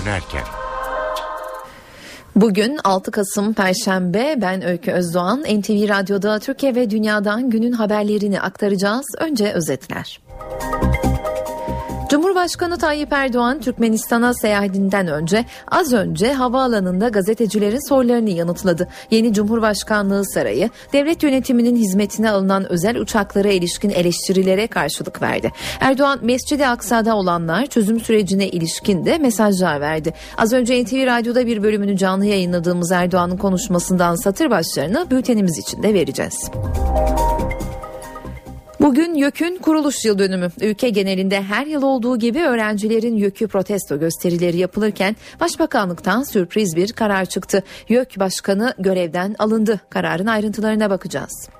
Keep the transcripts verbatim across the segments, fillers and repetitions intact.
sürerken. Bugün altı Kasım Perşembe, ben Öykü Özdoğan. N T V Radyo'da Türkiye ve dünyadan günün haberlerini aktaracağız. Önce özetler. Cumhurbaşkanı Tayyip Erdoğan, Türkmenistan'a seyahatinden önce az önce havaalanında gazetecilerin sorularını yanıtladı. Yeni Cumhurbaşkanlığı Sarayı, devlet yönetiminin hizmetine alınan özel uçaklara ilişkin eleştirilere karşılık verdi. Erdoğan, Mescid-i Aksa'da olanlar çözüm sürecine ilişkin de mesajlar verdi. Az önce N T V Radyo'da bir bölümünü canlı yayınladığımız Erdoğan'ın konuşmasından satır başlarını bültenimiz için de vereceğiz. Bugün YÖK'ün kuruluş yıl dönümü. Ülke genelinde her yıl olduğu gibi öğrencilerin YÖK'ü protesto gösterileri yapılırken Başbakanlıktan sürpriz bir karar çıktı. YÖK Başkanı görevden alındı. Kararın ayrıntılarına bakacağız.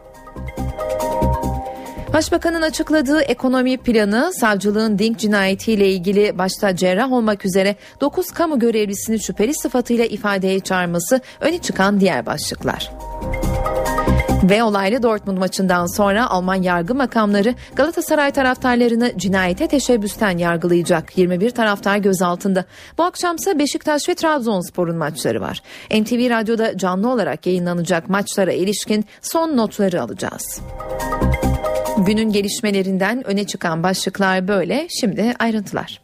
Başbakanın açıkladığı ekonomi planı, savcılığın Dink cinayetiyle ilgili başta cerrah olmak üzere dokuz kamu görevlisini şüpheli sıfatıyla ifadeye çağırması öne çıkan diğer başlıklar. Ve olaylı Dortmund maçından sonra Alman yargı makamları Galatasaray taraftarlarını cinayete teşebbüsten yargılayacak. yirmi bir taraftar gözaltında. Bu akşamsa Beşiktaş ve Trabzonspor'un maçları var. N T V Radyo'da canlı olarak yayınlanacak maçlara ilişkin son notları alacağız. Günün gelişmelerinden öne çıkan başlıklar böyle. Şimdi ayrıntılar.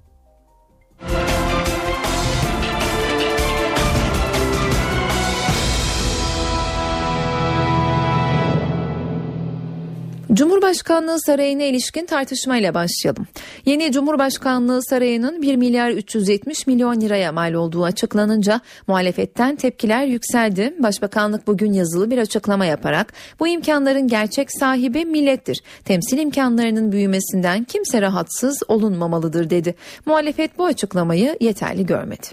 Cumhurbaşkanlığı Sarayı'na ilişkin tartışmayla başlayalım. Yeni Cumhurbaşkanlığı Sarayı'nın bir milyar üç yüz yetmiş milyon liraya mal olduğu açıklanınca muhalefetten tepkiler yükseldi. Başbakanlık bugün yazılı bir açıklama yaparak bu imkanların gerçek sahibi millettir. Temsil imkanlarının büyümesinden kimse rahatsız olunmamalıdır dedi. Muhalefet bu açıklamayı yeterli görmedi.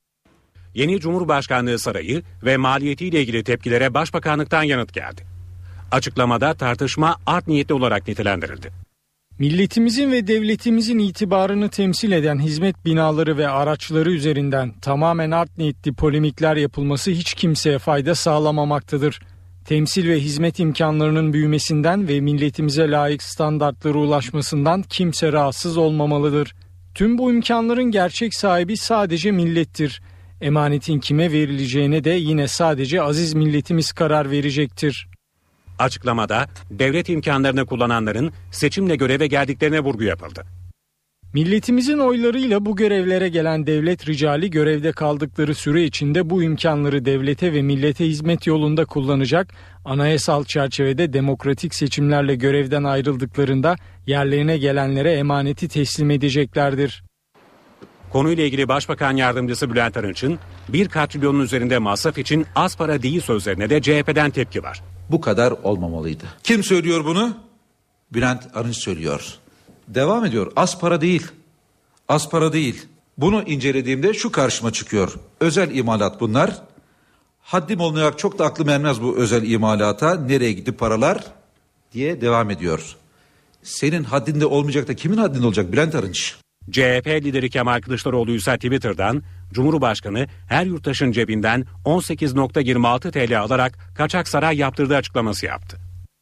Yeni Cumhurbaşkanlığı Sarayı ve maliyetiyle ilgili tepkilere Başbakanlıktan yanıt geldi. Açıklamada tartışma art niyetli olarak nitelendirildi. Milletimizin ve devletimizin itibarını temsil eden hizmet binaları ve araçları üzerinden tamamen art niyetli polemikler yapılması hiç kimseye fayda sağlamamaktadır. Temsil ve hizmet imkanlarının büyümesinden ve milletimize layık standartlara ulaşmasından kimse rahatsız olmamalıdır. Tüm bu imkanların gerçek sahibi sadece millettir. Emanetin kime verileceğine de yine sadece aziz milletimiz karar verecektir. Açıklamada devlet imkanlarını kullananların seçimle göreve geldiklerine vurgu yapıldı. Milletimizin oylarıyla bu görevlere gelen devlet ricali görevde kaldıkları süre içinde bu imkanları devlete ve millete hizmet yolunda kullanacak, anayasal çerçevede demokratik seçimlerle görevden ayrıldıklarında yerlerine gelenlere emaneti teslim edeceklerdir. Konuyla ilgili Başbakan Yardımcısı Bülent Arınç'ın bir katrilyonun üzerinde masraf için az para değil sözlerine de C H P'den tepki var. Bu kadar olmamalıydı. Kim söylüyor bunu? Bülent Arınç söylüyor. Devam ediyor. Az para değil. Az para değil. Bunu incelediğimde şu karşıma çıkıyor. Özel imalat bunlar. Haddim olmayarak çok da aklım ermez bu özel imalata. Nereye gitti paralar diye devam ediyor. Senin haddinde olmayacak da kimin haddinde olacak Bülent Arınç? C H P lideri Kemal Kılıçdaroğlu ise Twitter'dan Cumhurbaşkanı her yurttaşın cebinden on sekiz virgül yirmi altı TL alarak kaçak saray yaptırdığı açıklaması yaptı.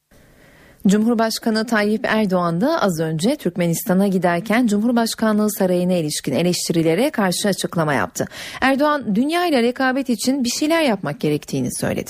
Cumhurbaşkanı Tayyip Erdoğan da az önce Türkmenistan'a giderken Cumhurbaşkanlığı Sarayı'na ilişkin eleştirilere karşı açıklama yaptı. Erdoğan, dünya ile rekabet için bir şeyler yapmak gerektiğini söyledi.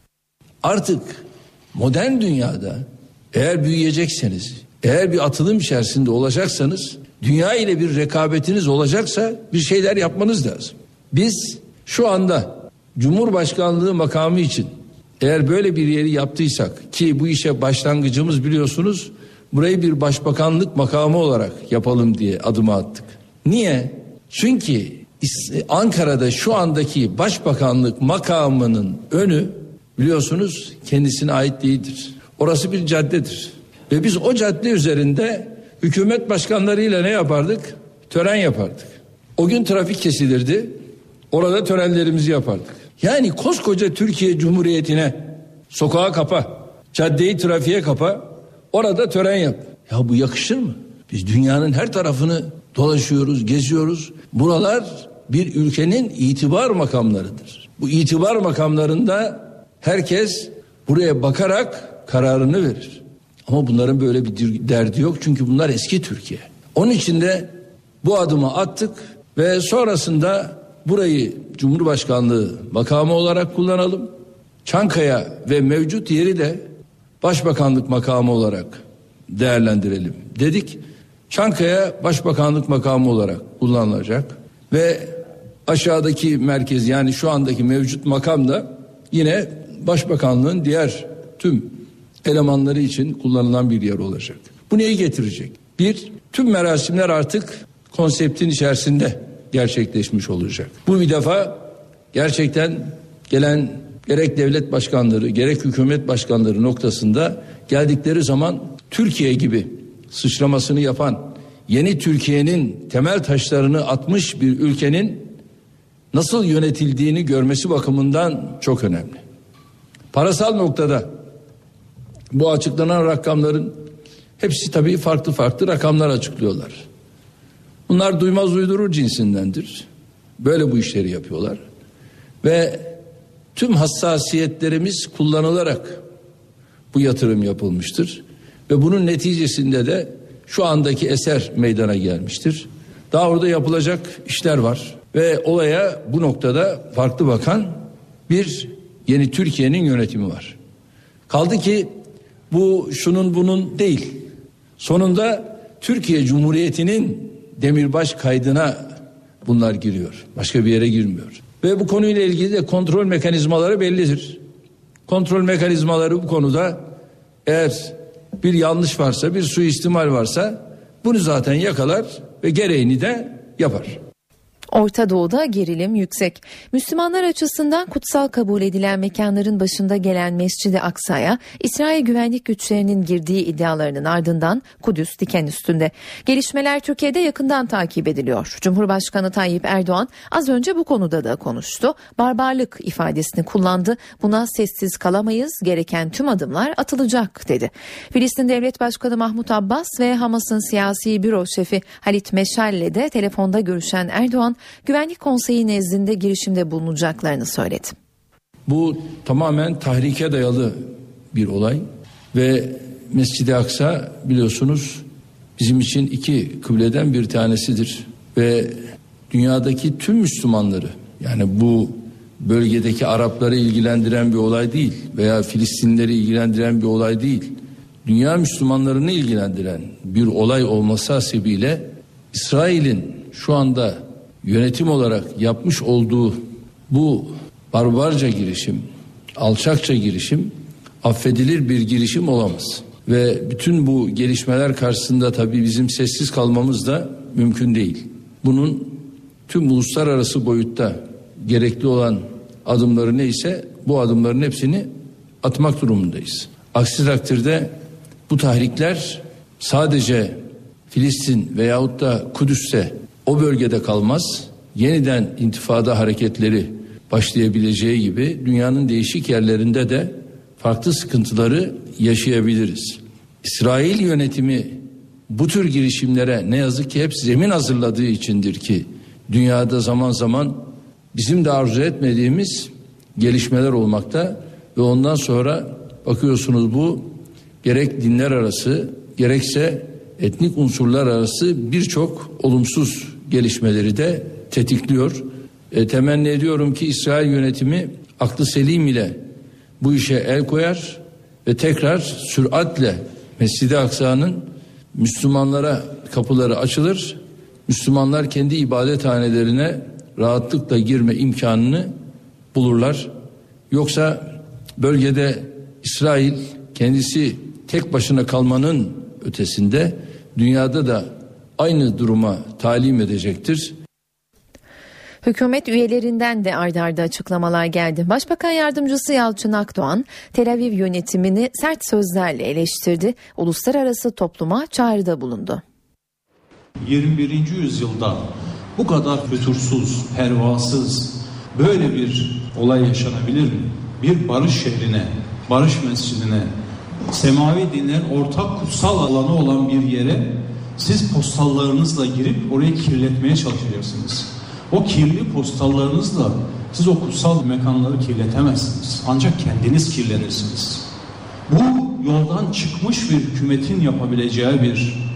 Artık modern dünyada eğer büyüyecekseniz, eğer bir atılım içerisinde olacaksanız, dünya ile bir rekabetiniz olacaksa bir şeyler yapmanız lazım. Biz şu anda Cumhurbaşkanlığı makamı için eğer böyle bir yeri yaptıysak, ki bu işe başlangıcımız biliyorsunuz, burayı bir başbakanlık makamı olarak yapalım diye adımı attık. Niye? Çünkü Ankara'da şu andaki başbakanlık makamının önü biliyorsunuz kendisine ait değildir. Orası bir caddedir. Ve biz o cadde üzerinde hükümet başkanlarıyla ne yapardık? Tören yapardık. O gün trafik kesilirdi. Orada törenlerimizi yapardık. Yani koskoca Türkiye Cumhuriyeti'ne sokağa kapa, caddeyi trafiğe kapa, orada tören yap. Ya bu yakışır mı? Biz dünyanın her tarafını dolaşıyoruz, geziyoruz. Buralar bir ülkenin itibar makamlarıdır. Bu itibar makamlarında herkes buraya bakarak kararını verir. Ama bunların böyle bir derdi yok çünkü bunlar eski Türkiye. Onun için de bu adımı attık Ve sonrasında burayı Cumhurbaşkanlığı makamı olarak kullanalım. Çankaya ve mevcut yeri de Başbakanlık makamı olarak değerlendirelim dedik. Çankaya Başbakanlık makamı olarak kullanılacak ve aşağıdaki merkez, yani şu andaki mevcut makam da yine Başbakanlığın diğer tüm elemanları için kullanılan bir yer olacak. Bu neyi getirecek? Bir, tüm merasimler artık konseptin içerisinde gerçekleşmiş olacak. Bu bir defa gerçekten gelen gerek devlet başkanları gerek hükümet başkanları noktasında geldikleri zaman Türkiye gibi sıçramasını yapan, yeni Türkiye'nin temel taşlarını atmış bir ülkenin nasıl yönetildiğini görmesi bakımından çok önemli. Parasal noktada bu açıklanan rakamların hepsi tabii farklı farklı rakamlar açıklıyorlar. Bunlar duymaz uydurur cinsindendir. Böyle bu işleri yapıyorlar. Ve tüm hassasiyetlerimiz kullanılarak bu yatırım yapılmıştır. Ve bunun neticesinde de şu andaki eser meydana gelmiştir. Daha orada yapılacak işler var. Ve olaya bu noktada farklı bakan bir yeni Türkiye'nin yönetimi var. Kaldı ki bu şunun bunun değil. Sonunda Türkiye Cumhuriyeti'nin demirbaş kaydına bunlar giriyor. Başka bir yere girmiyor. Ve bu konuyla ilgili de kontrol mekanizmaları bellidir. Kontrol mekanizmaları bu konuda eğer bir yanlış varsa, bir suistimal varsa bunu zaten yakalar ve gereğini de yapar. Orta Doğu'da gerilim yüksek. Müslümanlar açısından kutsal kabul edilen mekanların başında gelen Mescid-i Aksa'ya İsrail güvenlik güçlerinin girdiği iddialarının ardından Kudüs diken üstünde. Gelişmeler Türkiye'de yakından takip ediliyor. Cumhurbaşkanı Tayyip Erdoğan az önce bu konuda da konuştu. Barbarlık ifadesini kullandı. Buna sessiz kalamayız, gereken tüm adımlar atılacak dedi. Filistin Devlet Başkanı Mahmut Abbas ve Hamas'ın siyasi büro şefi Halit Meşal'le de telefonda görüşen Erdoğan, Güvenlik Konseyi nezdinde girişimde bulunacaklarını söyledi. Bu tamamen tahrike dayalı bir olay ve Mescid-i Aksa biliyorsunuz bizim için iki kıbleden bir tanesidir ve dünyadaki tüm Müslümanları, yani bu bölgedeki Arapları ilgilendiren bir olay değil veya Filistinlileri ilgilendiren bir olay değil, dünya Müslümanlarını ilgilendiren bir olay olması hasebiyle İsrail'in şu anda yönetim olarak yapmış olduğu bu barbarca girişim, alçakça girişim affedilir bir girişim olamaz. Ve bütün bu gelişmeler karşısında tabii bizim sessiz kalmamız da mümkün değil. Bunun tüm uluslararası boyutta gerekli olan adımları neyse bu adımların hepsini atmak durumundayız. Aksi takdirde bu tahrikler sadece Filistin veyahut da Kudüs'te, o bölgede kalmaz, yeniden intifada hareketleri başlayabileceği gibi dünyanın değişik yerlerinde de farklı sıkıntıları yaşayabiliriz. İsrail yönetimi bu tür girişimlere ne yazık ki hep zemin hazırladığı içindir ki dünyada zaman zaman bizim de arzu etmediğimiz gelişmeler olmakta ve ondan sonra bakıyorsunuz bu gerek dinler arası gerekse etnik unsurlar arası birçok olumsuz gelişmeleri de tetikliyor. E, temenni ediyorum ki İsrail yönetimi aklı selim ile bu işe el koyar ve tekrar süratle Mescid-i Aksa'nın Müslümanlara kapıları açılır. Müslümanlar kendi ibadethanelerine rahatlıkla girme imkanını bulurlar. Yoksa bölgede İsrail kendisi tek başına kalmanın ötesinde dünyada da aynı duruma talim edecektir. Hükümet üyelerinden de ard arda açıklamalar geldi. Başbakan Yardımcısı Yalçın Akdoğan, Tel Aviv yönetimini sert sözlerle eleştirdi. Uluslararası topluma çağrıda bulundu. yirmi birinci yüzyılda bu kadar fütursuz, pervasız böyle bir olay yaşanabilir mi? Bir barış şehrine, barış mescidine, semavi dinlerin ortak kutsal alanı olan bir yere siz postallarınızla girip orayı kirletmeye çalışacaksınız. O kirli postallarınızla siz o kutsal mekanları kirletemezsiniz. Ancak kendiniz kirlenirsiniz. Bu yoldan çıkmış bir hükümetin yapabileceği bir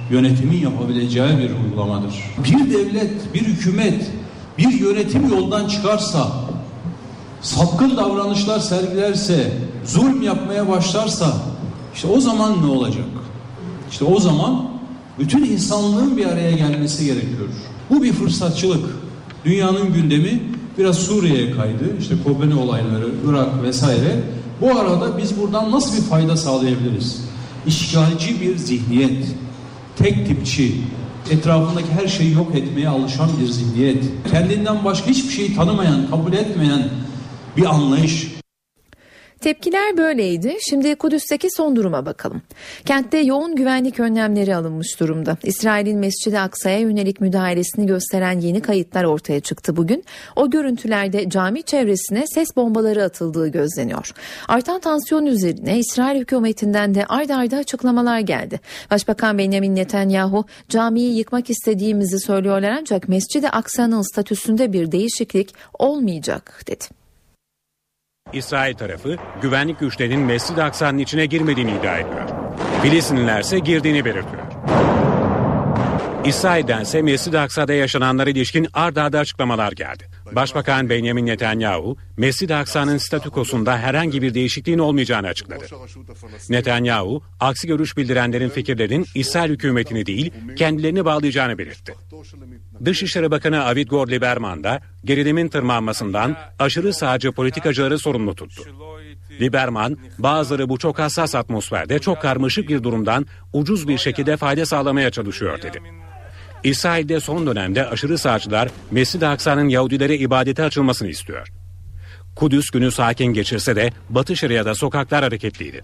yönetimin yapabileceği bir uygulamadır. Bir devlet, bir hükümet, bir yönetim yoldan çıkarsa, sapkın davranışlar sergilerse, zulm yapmaya başlarsa, işte o zaman ne olacak? İşte o zaman bütün insanlığın bir araya gelmesi gerekiyor. Bu bir fırsatçılık. Dünyanın gündemi biraz Suriye'ye kaydı. İşte Kobani olayları, Irak vesaire. Bu arada biz buradan nasıl bir fayda sağlayabiliriz? İşgalci bir zihniyet, tek tipçi, etrafındaki her şeyi yok etmeye alışan bir zihniyet, kendinden başka hiçbir şeyi tanımayan, kabul etmeyen bir anlayış. Tepkiler böyleydi. Şimdi Kudüs'teki son duruma bakalım. Kentte yoğun güvenlik önlemleri alınmış durumda. İsrail'in Mescid-i Aksa'ya yönelik müdahalesini gösteren yeni kayıtlar ortaya çıktı bugün. O görüntülerde cami çevresine ses bombaları atıldığı gözleniyor. Artan tansiyon üzerine İsrail hükümetinden de ard arda açıklamalar geldi. Başbakan Benjamin Netanyahu, camiyi yıkmak istediğimizi söylüyorlar ancak Mescid-i Aksa'nın statüsünde bir değişiklik olmayacak dedi. İsrail tarafı güvenlik güçlerinin Mescid-i Aksa'nın içine girmediğini iddia ediyor. Filistinliler ise girdiğini belirtiyor. İsrail'den ise Mescid-i Aksa'da yaşananlara ilişkin ard arda açıklamalar geldi. Başbakan Benjamin Netanyahu, Mescid-i Aksa'nın statükosunda herhangi bir değişikliğin olmayacağını açıkladı. Netanyahu, aksi görüş bildirenlerin fikirlerinin İsrail hükümetini değil, kendilerini bağlayacağını belirtti. Dışişleri Bakanı Avigdor Lieberman da gerilimin tırmanmasından aşırı sağcı politikacıları sorumlu tuttu. Lieberman, bazıları bu çok hassas atmosferde çok karmaşık bir durumdan ucuz bir şekilde fayda sağlamaya çalışıyor dedi. İsrail'de son dönemde aşırı sağcılar Mescid-i Aksa'nın Yahudilere ibadete açılmasını istiyor. Kudüs günü sakin geçirse de Batı Şeria'da sokaklar hareketliydi.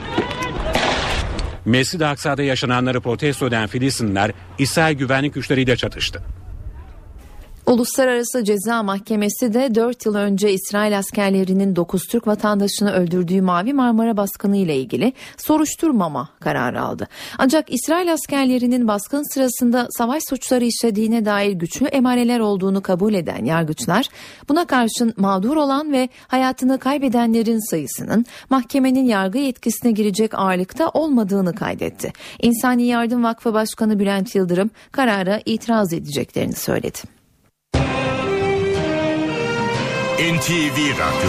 Mescid-i Aksa'da yaşananları protesto eden Filistinliler İsrail güvenlik güçleriyle çatıştı. Uluslararası Ceza Mahkemesi de dört yıl önce İsrail askerlerinin dokuz Türk vatandaşını öldürdüğü Mavi Marmara baskını ile ilgili soruşturmama kararı aldı. Ancak İsrail askerlerinin baskın sırasında savaş suçları işlediğine dair güçlü emareler olduğunu kabul eden yargıçlar, buna karşın mağdur olan ve hayatını kaybedenlerin sayısının mahkemenin yargı yetkisine girecek ağırlıkta olmadığını kaydetti. İnsani Yardım Vakfı Başkanı Bülent Yıldırım karara itiraz edeceklerini söyledi. N T V Radyo.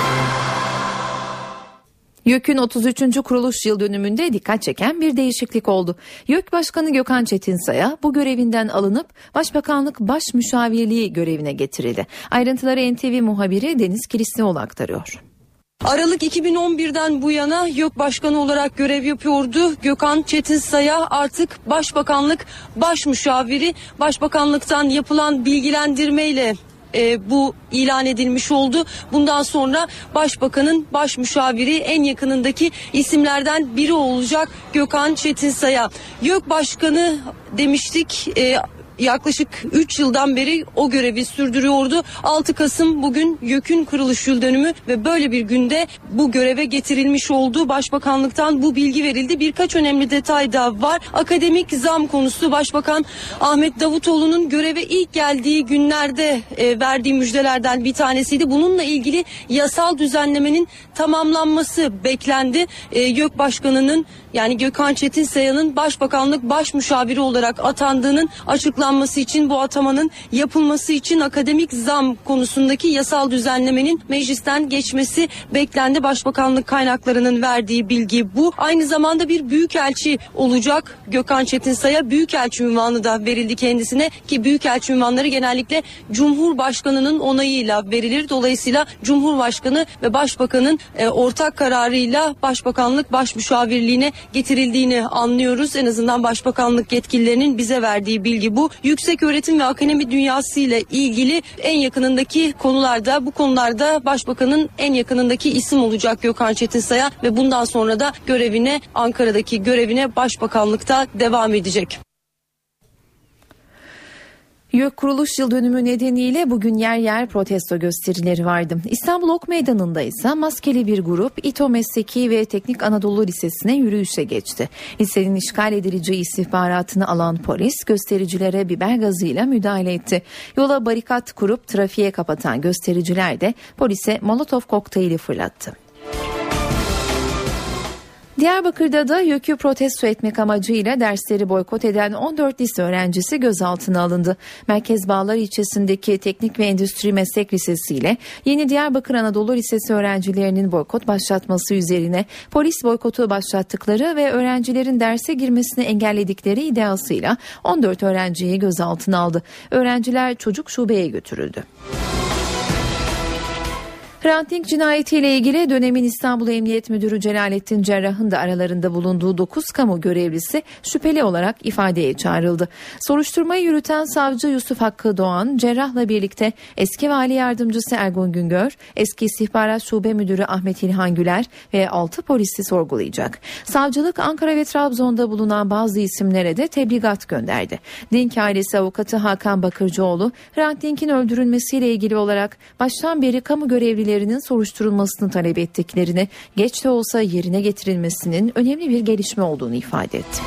YÖK'ün otuz üçüncü kuruluş yıl dönümünde dikkat çeken bir değişiklik oldu. YÖK Başkanı Gökhan Çetinsay'a bu görevinden alınıp Başbakanlık Baş Müşavirliği görevine getirildi. Ayrıntıları N T V muhabiri Deniz Kilislioğlu aktarıyor. Aralık iki bin on birden bu yana YÖK Başkanı olarak görev yapıyordu. Gökhan Çetinsay'a artık Başbakanlık Baş Müşaviri, Başbakanlıktan yapılan bilgilendirmeyle E, bu ilan edilmiş oldu. Bundan sonra Başbakanın baş müşaviri, en yakınındaki isimlerden biri olacak Gökhan Çetinsay'a. YÖK Başkanı demiştik, e, yaklaşık üç yıldan beri o görevi sürdürüyordu. altı Kasım bugün YÖK'ün kuruluş yıl dönümü ve böyle bir günde bu göreve getirilmiş oldu. Başbakanlıktan bu bilgi verildi. Birkaç önemli detay da var. Akademik zam konusu, Başbakan Ahmet Davutoğlu'nun göreve ilk geldiği günlerde e, verdiği müjdelerden bir tanesiydi. Bununla ilgili yasal düzenlemenin tamamlanması beklendi. E, YÖK Başkanı'nın, yani Gökhan Çetinsaya'nın Başbakanlık Baş Müşaviri olarak atandığının açıklanması için, bu atamanın yapılması için akademik zam konusundaki yasal düzenlemenin meclisten geçmesi beklendi. Başbakanlık kaynaklarının verdiği bilgi bu. Aynı zamanda bir büyükelçi olacak Gökhan Çetinsay'a. Büyükelçi unvanı da verildi kendisine ki büyükelçi unvanları genellikle Cumhurbaşkanı'nın onayıyla verilir. Dolayısıyla Cumhurbaşkanı ve Başbakanın e, ortak kararıyla Başbakanlık Baş Müşavirliğine getirildiğini anlıyoruz. En azından Başbakanlık yetkililerinin bize verdiği bilgi bu. Yüksek öğretim ve akademi dünyası ile ilgili en yakınındaki konularda, bu konularda Başbakanın en yakınındaki isim olacak Gökhan Çetinsay'a ve bundan sonra da görevine, Ankara'daki görevine Başbakanlıkta devam edecek. YÖK kuruluş yıl dönümü nedeniyle bugün yer yer protesto gösterileri vardı. İstanbul Ok Meydanı'nda ise maskeli bir grup İTO Mesleki ve Teknik Anadolu Lisesi'ne yürüyüşe geçti. Lisenin işgal edileceği istihbaratını alan polis göstericilere biber gazıyla müdahale etti. Yola barikat kurup trafiğe kapatan göstericiler de polise molotof kokteyli fırlattı. Diyarbakır'da da YÖK'ü protesto etmek amacıyla dersleri boykot eden on dört lise öğrencisi gözaltına alındı. Merkez Bağlar ilçesindeki Teknik ve Endüstri Meslek Lisesi ile Yeni Diyarbakır Anadolu Lisesi öğrencilerinin boykot başlatması üzerine polis boykotu başlattıkları ve öğrencilerin derse girmesini engelledikleri iddiasıyla on dört öğrenciyi gözaltına aldı. Öğrenciler çocuk şubeye götürüldü. Hrant Dink cinayetiyle ilgili dönemin İstanbul Emniyet Müdürü Celalettin Cerrah'ın da aralarında bulunduğu dokuz kamu görevlisi şüpheli olarak ifadeye çağrıldı. Soruşturmayı yürüten savcı Yusuf Hakkı Doğan, Cerrah'la birlikte eski vali yardımcısı Ergun Güngör, eski istihbarat şube müdürü Ahmet İlhan Güler ve altı polisi sorgulayacak. Savcılık Ankara ve Trabzon'da bulunan bazı isimlere de tebligat gönderdi. Dink ailesi avukatı Hakan Bakırcıoğlu, Hrant Dink'in öldürülmesiyle ilgili olarak baştan beri kamu görevlileri soruşturulmasını talep ettiklerini, geç de olsa yerine getirilmesinin önemli bir gelişme olduğunu ifade etti.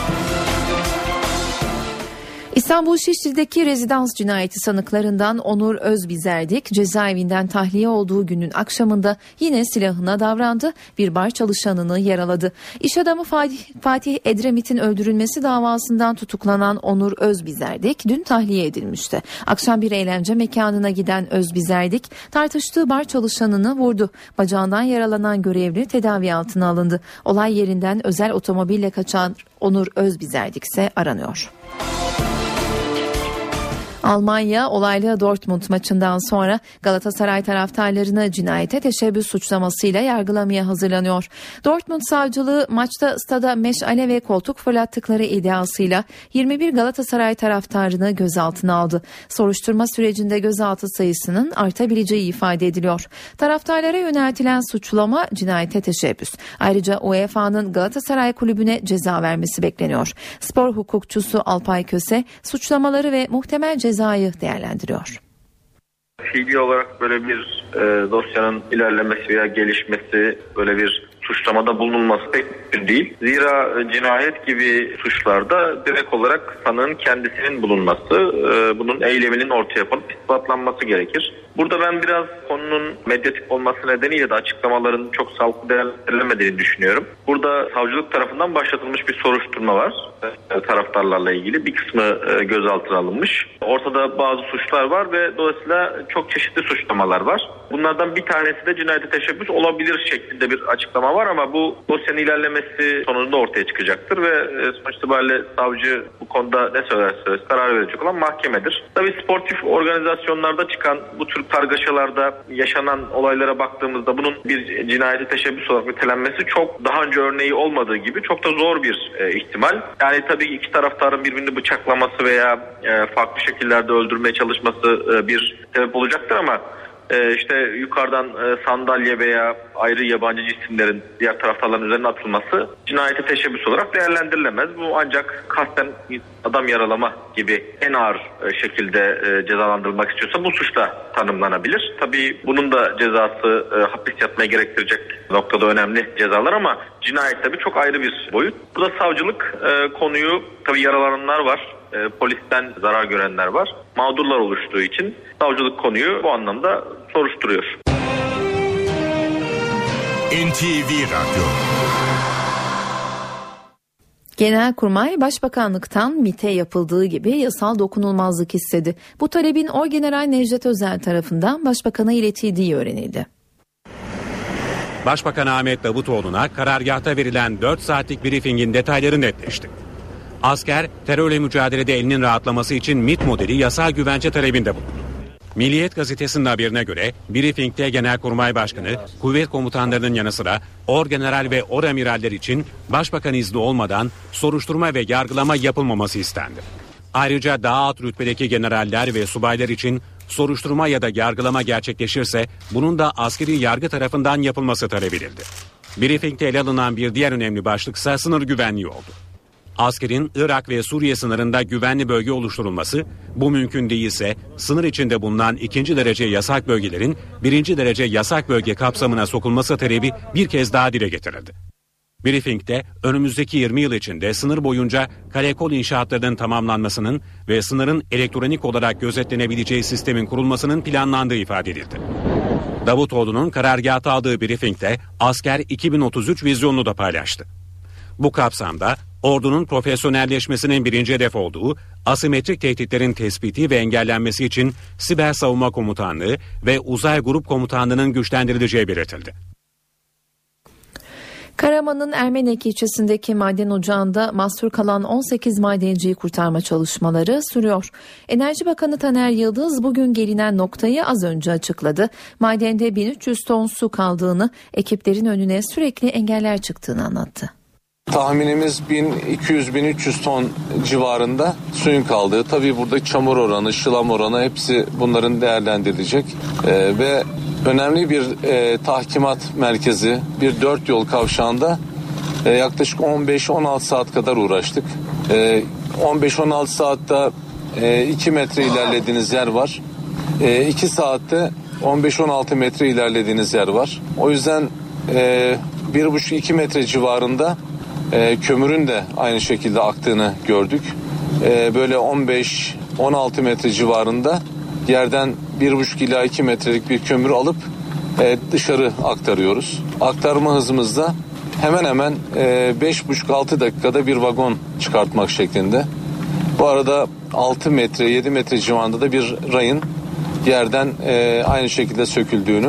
İstanbul Şişli'deki rezidans cinayeti sanıklarından Onur Özbizerdik cezaevinden tahliye olduğu günün akşamında yine silahına davrandı, bir bar çalışanını yaraladı. İş adamı Fatih, Fatih Edremit'in öldürülmesi davasından tutuklanan Onur Özbizerdik dün tahliye edilmişti. Akşam bir eğlence mekanına giden Özbizerdik tartıştığı bar çalışanını vurdu. Bacağından yaralanan görevli tedavi altına alındı. Olay yerinden özel otomobille kaçan Onur Özbizerdik ise aranıyor. Almanya olaylı Dortmund maçından sonra Galatasaray taraftarlarını cinayete teşebbüs suçlamasıyla yargılamaya hazırlanıyor. Dortmund savcılığı maçta stada meşale ve koltuk fırlattıkları iddiasıyla yirmi bir Galatasaray taraftarını gözaltına aldı. Soruşturma sürecinde gözaltı sayısının artabileceği ifade ediliyor. Taraftarlara yöneltilen suçlama cinayete teşebbüs. Ayrıca U E F A'nın Galatasaray kulübüne ceza vermesi bekleniyor. Spor hukukçusu Alpay Köse suçlamaları ve muhtemel ceza cezayı değerlendiriyor. Fiili olarak böyle bir e, dosyanın ilerlemesi veya gelişmesi, böyle bir suçlamada bulunulması pek mümkün değil. Zira e, cinayet gibi suçlarda direkt olarak sanığın kendisinin bulunması, e, bunun eyleminin ortaya yapılıp ispatlanması gerekir. Burada ben biraz konunun medyatik olması nedeniyle de açıklamaların çok sağlıklı değerlendirilemediğini düşünüyorum. Burada savcılık tarafından başlatılmış bir soruşturma var. E, taraftarlarla ilgili bir kısmı e, gözaltına alınmış. Ortada bazı suçlar var ve dolayısıyla çok çeşitli suçlamalar var. Bunlardan bir tanesi de cinayete teşebbüs olabilir şeklinde bir açıklama var ama bu dosyanın ilerlemesi sonunda ortaya çıkacaktır ve e, sonuç itibariyle savcı bu konuda ne söylerse karar verecek olan mahkemedir. Tabii sportif organizasyonlarda çıkan bu tür kargaşalarda yaşanan olaylara baktığımızda bunun bir cinayete teşebbüs olarak nitelenmesi çok daha önce örneği olmadığı gibi çok da zor bir e, ihtimal. Yani tabii iki taraftarın birbirini bıçaklaması veya e, farklı şekillerde öldürmeye çalışması e, bir sebep olacaktır ama e, işte yukarıdan e, sandalye veya ayrı yabancı cisimlerin diğer taraftarların üzerine atılması cinayete teşebbüs olarak değerlendirilemez. Bu ancak kasten adam yaralama gibi en ağır e, şekilde e, cezalandırılmak istiyorsa bu suçla tanımlanabilir. Tabii bunun da cezası e, hapis yatmaya gerektirecek noktada önemli cezalar ama cinayet tabii çok ayrı bir boyut. Burada savcılık e, konuyu, tabii yaralananlar var. E, polisten zarar görenler var. Mağdurlar oluştuğu için savcılık konuyu bu anlamda soruşturuyor. N T V Radyo. Genelkurmay Başbakanlıktan MİT'e yapıldığı gibi yasal dokunulmazlık istedi. Bu talebin Orgeneral Necdet Özel tarafından Başbakan'a iletildiği öğrenildi. Başbakan Ahmet Davutoğlu'na karargâhta verilen dört saatlik briefingin detayları netleşti. Asker, terörle mücadelede elinin rahatlaması için MİT modeli yasal güvence talebinde bulundu. Milliyet gazetesinin haberine göre briefingde Genelkurmay Başkanı, kuvvet komutanlarının yanı sıra orgeneral ve oramiraller için başbakan izni olmadan soruşturma ve yargılama yapılmaması istendi. Ayrıca daha alt rütbedeki generaller ve subaylar için soruşturma ya da yargılama gerçekleşirse bunun da askeri yargı tarafından yapılması talep edildi. Briefingde ele alınan bir diğer önemli başlıksa sınır güvenliği oldu. Askerin Irak ve Suriye sınırında güvenli bölge oluşturulması, bu mümkün değilse sınır içinde bulunan ikinci derece yasak bölgelerin birinci derece yasak bölge kapsamına sokulması talebi bir kez daha dile getirildi. Briefingde önümüzdeki yirmi yıl içinde sınır boyunca kale-kol inşaatlarının tamamlanmasının ve sınırın elektronik olarak gözetlenebileceği sistemin kurulmasının planlandığı ifade edildi. Davutoğlu'nun karargâhta aldığı briefingde asker iki bin otuz üç vizyonunu da paylaştı. Bu kapsamda ordunun profesyonelleşmesinin birinci hedef olduğu asimetrik tehditlerin tespiti ve engellenmesi için Siber Savunma Komutanlığı ve Uzay Grup Komutanlığı'nın güçlendirileceği belirtildi. Karaman'ın Ermenek ilçesindeki maden ocağında mahsur kalan on sekiz madenciyi kurtarma çalışmaları sürüyor. Enerji Bakanı Taner Yıldız bugün gelinen noktayı az önce açıkladı. Madende bin üç yüz ton su kaldığını, ekiplerin önüne sürekli engeller çıktığını anlattı. Tahminimiz bin iki yüz bin üç yüz ton civarında suyun kaldığı. Tabii burada çamur oranı, şılam oranı hepsi bunların değerlendirilecek. Ee, ve önemli bir e, tahkimat merkezi, bir dört yol kavşağında e, yaklaşık on beş on altı saat kadar uğraştık. E, on beş on altı saatte e, iki metre ilerlediğiniz yer var. E, iki saatte on beş on altı metre ilerlediğiniz yer var. O yüzden e, bir buçuk iki metre civarında e, kömürün de aynı şekilde aktığını gördük. E, böyle on beş on altı metre civarında yerden bir buçuk ila iki metrelik bir kömür alıp e, dışarı aktarıyoruz. Aktarma hızımızda hemen hemen e, beş buçuk altı dakikada bir vagon çıkartmak şeklinde. Bu arada altı metre yedi metre civarında da bir rayın yerden e, aynı şekilde söküldüğünü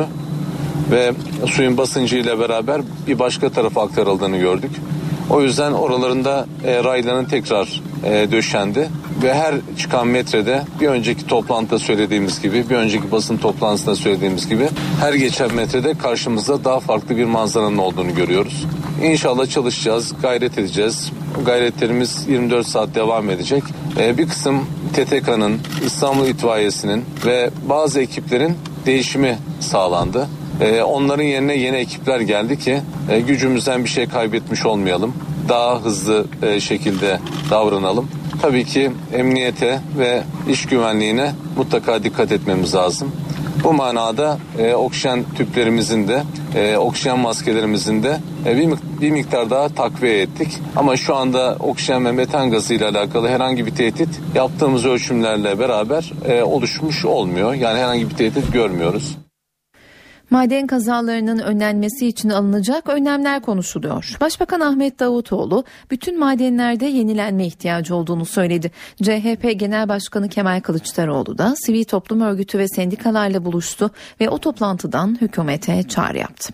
ve suyun basıncıyla beraber bir başka tarafa aktarıldığını gördük. O yüzden oralarında e, rayların tekrar e, döşendi ve her çıkan metrede bir önceki toplantıda söylediğimiz gibi, bir önceki basın toplantısında söylediğimiz gibi her geçen metrede karşımızda daha farklı bir manzaranın olduğunu görüyoruz. İnşallah çalışacağız, gayret edeceğiz. Gayretlerimiz yirmi dört saat devam edecek. E, bir kısım T T K'nın, İstanbul İtfaiyesi'nin ve bazı ekiplerin değişimi sağlandı. Ee, onların yerine yeni ekipler geldi ki e, gücümüzden bir şey kaybetmiş olmayalım. Daha hızlı e, şekilde davranalım. Tabii ki emniyete ve iş güvenliğine mutlaka dikkat etmemiz lazım. Bu manada e, oksijen tüplerimizin de, e, oksijen maskelerimizin de e, bir, bir miktar daha takviye ettik. Ama şu anda oksijen ve metan gazı ile alakalı herhangi bir tehdit yaptığımız ölçümlerle beraber e, oluşmuş olmuyor. Yani herhangi bir tehdit görmüyoruz. Maden kazalarının önlenmesi için alınacak önlemler konuşuluyor. Başbakan Ahmet Davutoğlu bütün madenlerde yenilenme ihtiyacı olduğunu söyledi. C H P Genel Başkanı Kemal Kılıçdaroğlu da sivil toplum örgütü ve sendikalarla buluştu ve o toplantıdan hükümete çağrı yaptı.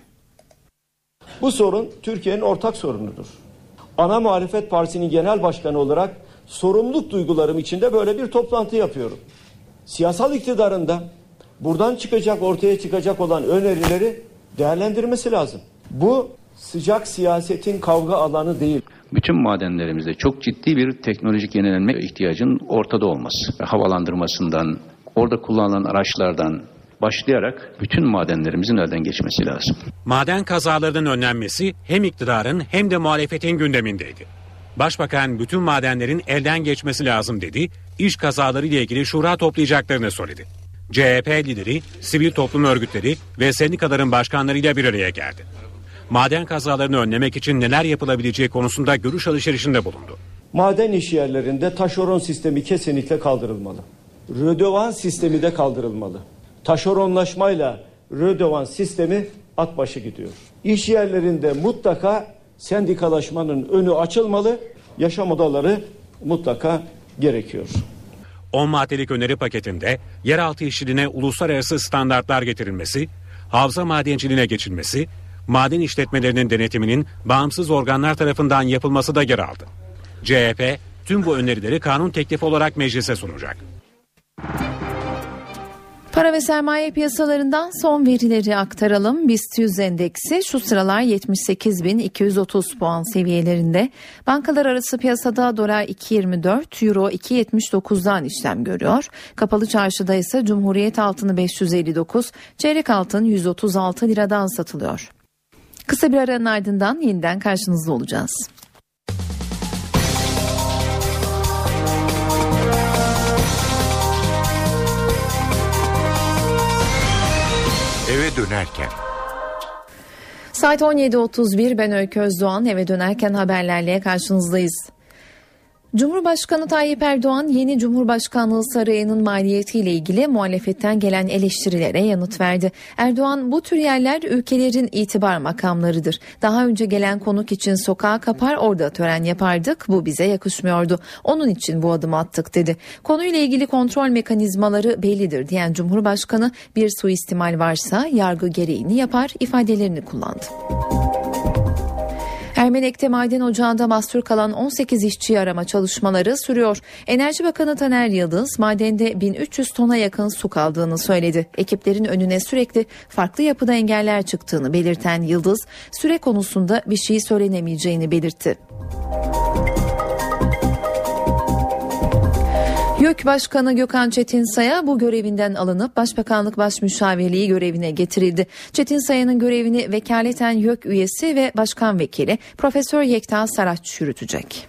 Bu sorun Türkiye'nin ortak sorunudur. Ana muhalefet partisinin genel başkanı olarak sorumluluk duygularım içinde böyle bir toplantı yapıyorum. Siyasal iktidarında buradan çıkacak, ortaya çıkacak olan önerileri değerlendirmesi lazım. Bu sıcak siyasetin kavga alanı değil. Bütün madenlerimizde çok ciddi bir teknolojik yenilenme ihtiyacının ortada olması. Havalandırmasından, orada kullanılan araçlardan başlayarak bütün madenlerimizin elden geçmesi lazım. Maden kazalarının önlenmesi hem iktidarın hem de muhalefetin gündemindeydi. Başbakan bütün madenlerin elden geçmesi lazım dedi, iş kazaları ile ilgili şura toplayacaklarını söyledi. C H P lideri, sivil toplum örgütleri ve sendikaların başkanlarıyla bir araya geldi. Maden kazalarını önlemek için neler yapılabileceği konusunda görüş alışverişinde bulundu. Maden iş yerlerinde taşeron sistemi kesinlikle kaldırılmalı. Rödevan sistemi de kaldırılmalı. Taşeronlaşmayla rödevan sistemi at başı gidiyor. İş yerlerinde mutlaka sendikalaşmanın önü açılmalı, yaşam odaları mutlaka gerekiyor. on maddelik öneri paketinde yeraltı işçiliğine uluslararası standartlar getirilmesi, havza madenciliğine geçilmesi, maden işletmelerinin denetiminin bağımsız organlar tarafından yapılması da yer aldı. C H P tüm bu önerileri kanun teklifi olarak meclise sunacak. Para ve sermaye piyasalarından son verileri aktaralım. BIST yüz endeksi şu sıralar yetmiş sekiz bin iki yüz otuz puan seviyelerinde. Bankalar arası piyasada dolar iki yirmi dört, euro iki yetmiş dokuzdan işlem görüyor. Kapalı çarşıda ise Cumhuriyet altını beş yüz elli dokuz, çeyrek altın yüz otuz altı liradan satılıyor. Kısa bir aranın ardından yeniden karşınızda olacağız. Eve dönerken. Saat on yedi otuz bir, ben Öykü Özdoğan. Eve dönerken haberlerle karşınızdayız. Cumhurbaşkanı Tayyip Erdoğan yeni Cumhurbaşkanlığı sarayının maliyetiyle ilgili muhalefetten gelen eleştirilere yanıt verdi. Erdoğan, bu tür yerler ülkelerin itibar makamlarıdır. Daha önce gelen konuk için sokağa kapar orada tören yapardık. Bu bize yakışmıyordu. Onun için bu adımı attık dedi. Konuyla ilgili kontrol mekanizmaları bellidir diyen Cumhurbaşkanı, bir suistimal varsa yargı gereğini yapar ifadelerini kullandı. Ermenek'te maden ocağında mahsur kalan on sekiz işçiyi arama çalışmaları sürüyor. Enerji Bakanı Taner Yıldız, madende bin üç yüz tona yakın su kaldığını söyledi. Ekiplerin önüne sürekli farklı yapıda engeller çıktığını belirten Yıldız, süre konusunda bir şey söylenemeyeceğini belirtti. YÖK Başkanı Gökhan Çetinsaya bu görevinden alınıp Başbakanlık Başmüşavirliği görevine getirildi. Çetinsaya'nın görevini vekaleten YÖK üyesi ve başkan vekili Profesör Yekta Saraç yürütecek.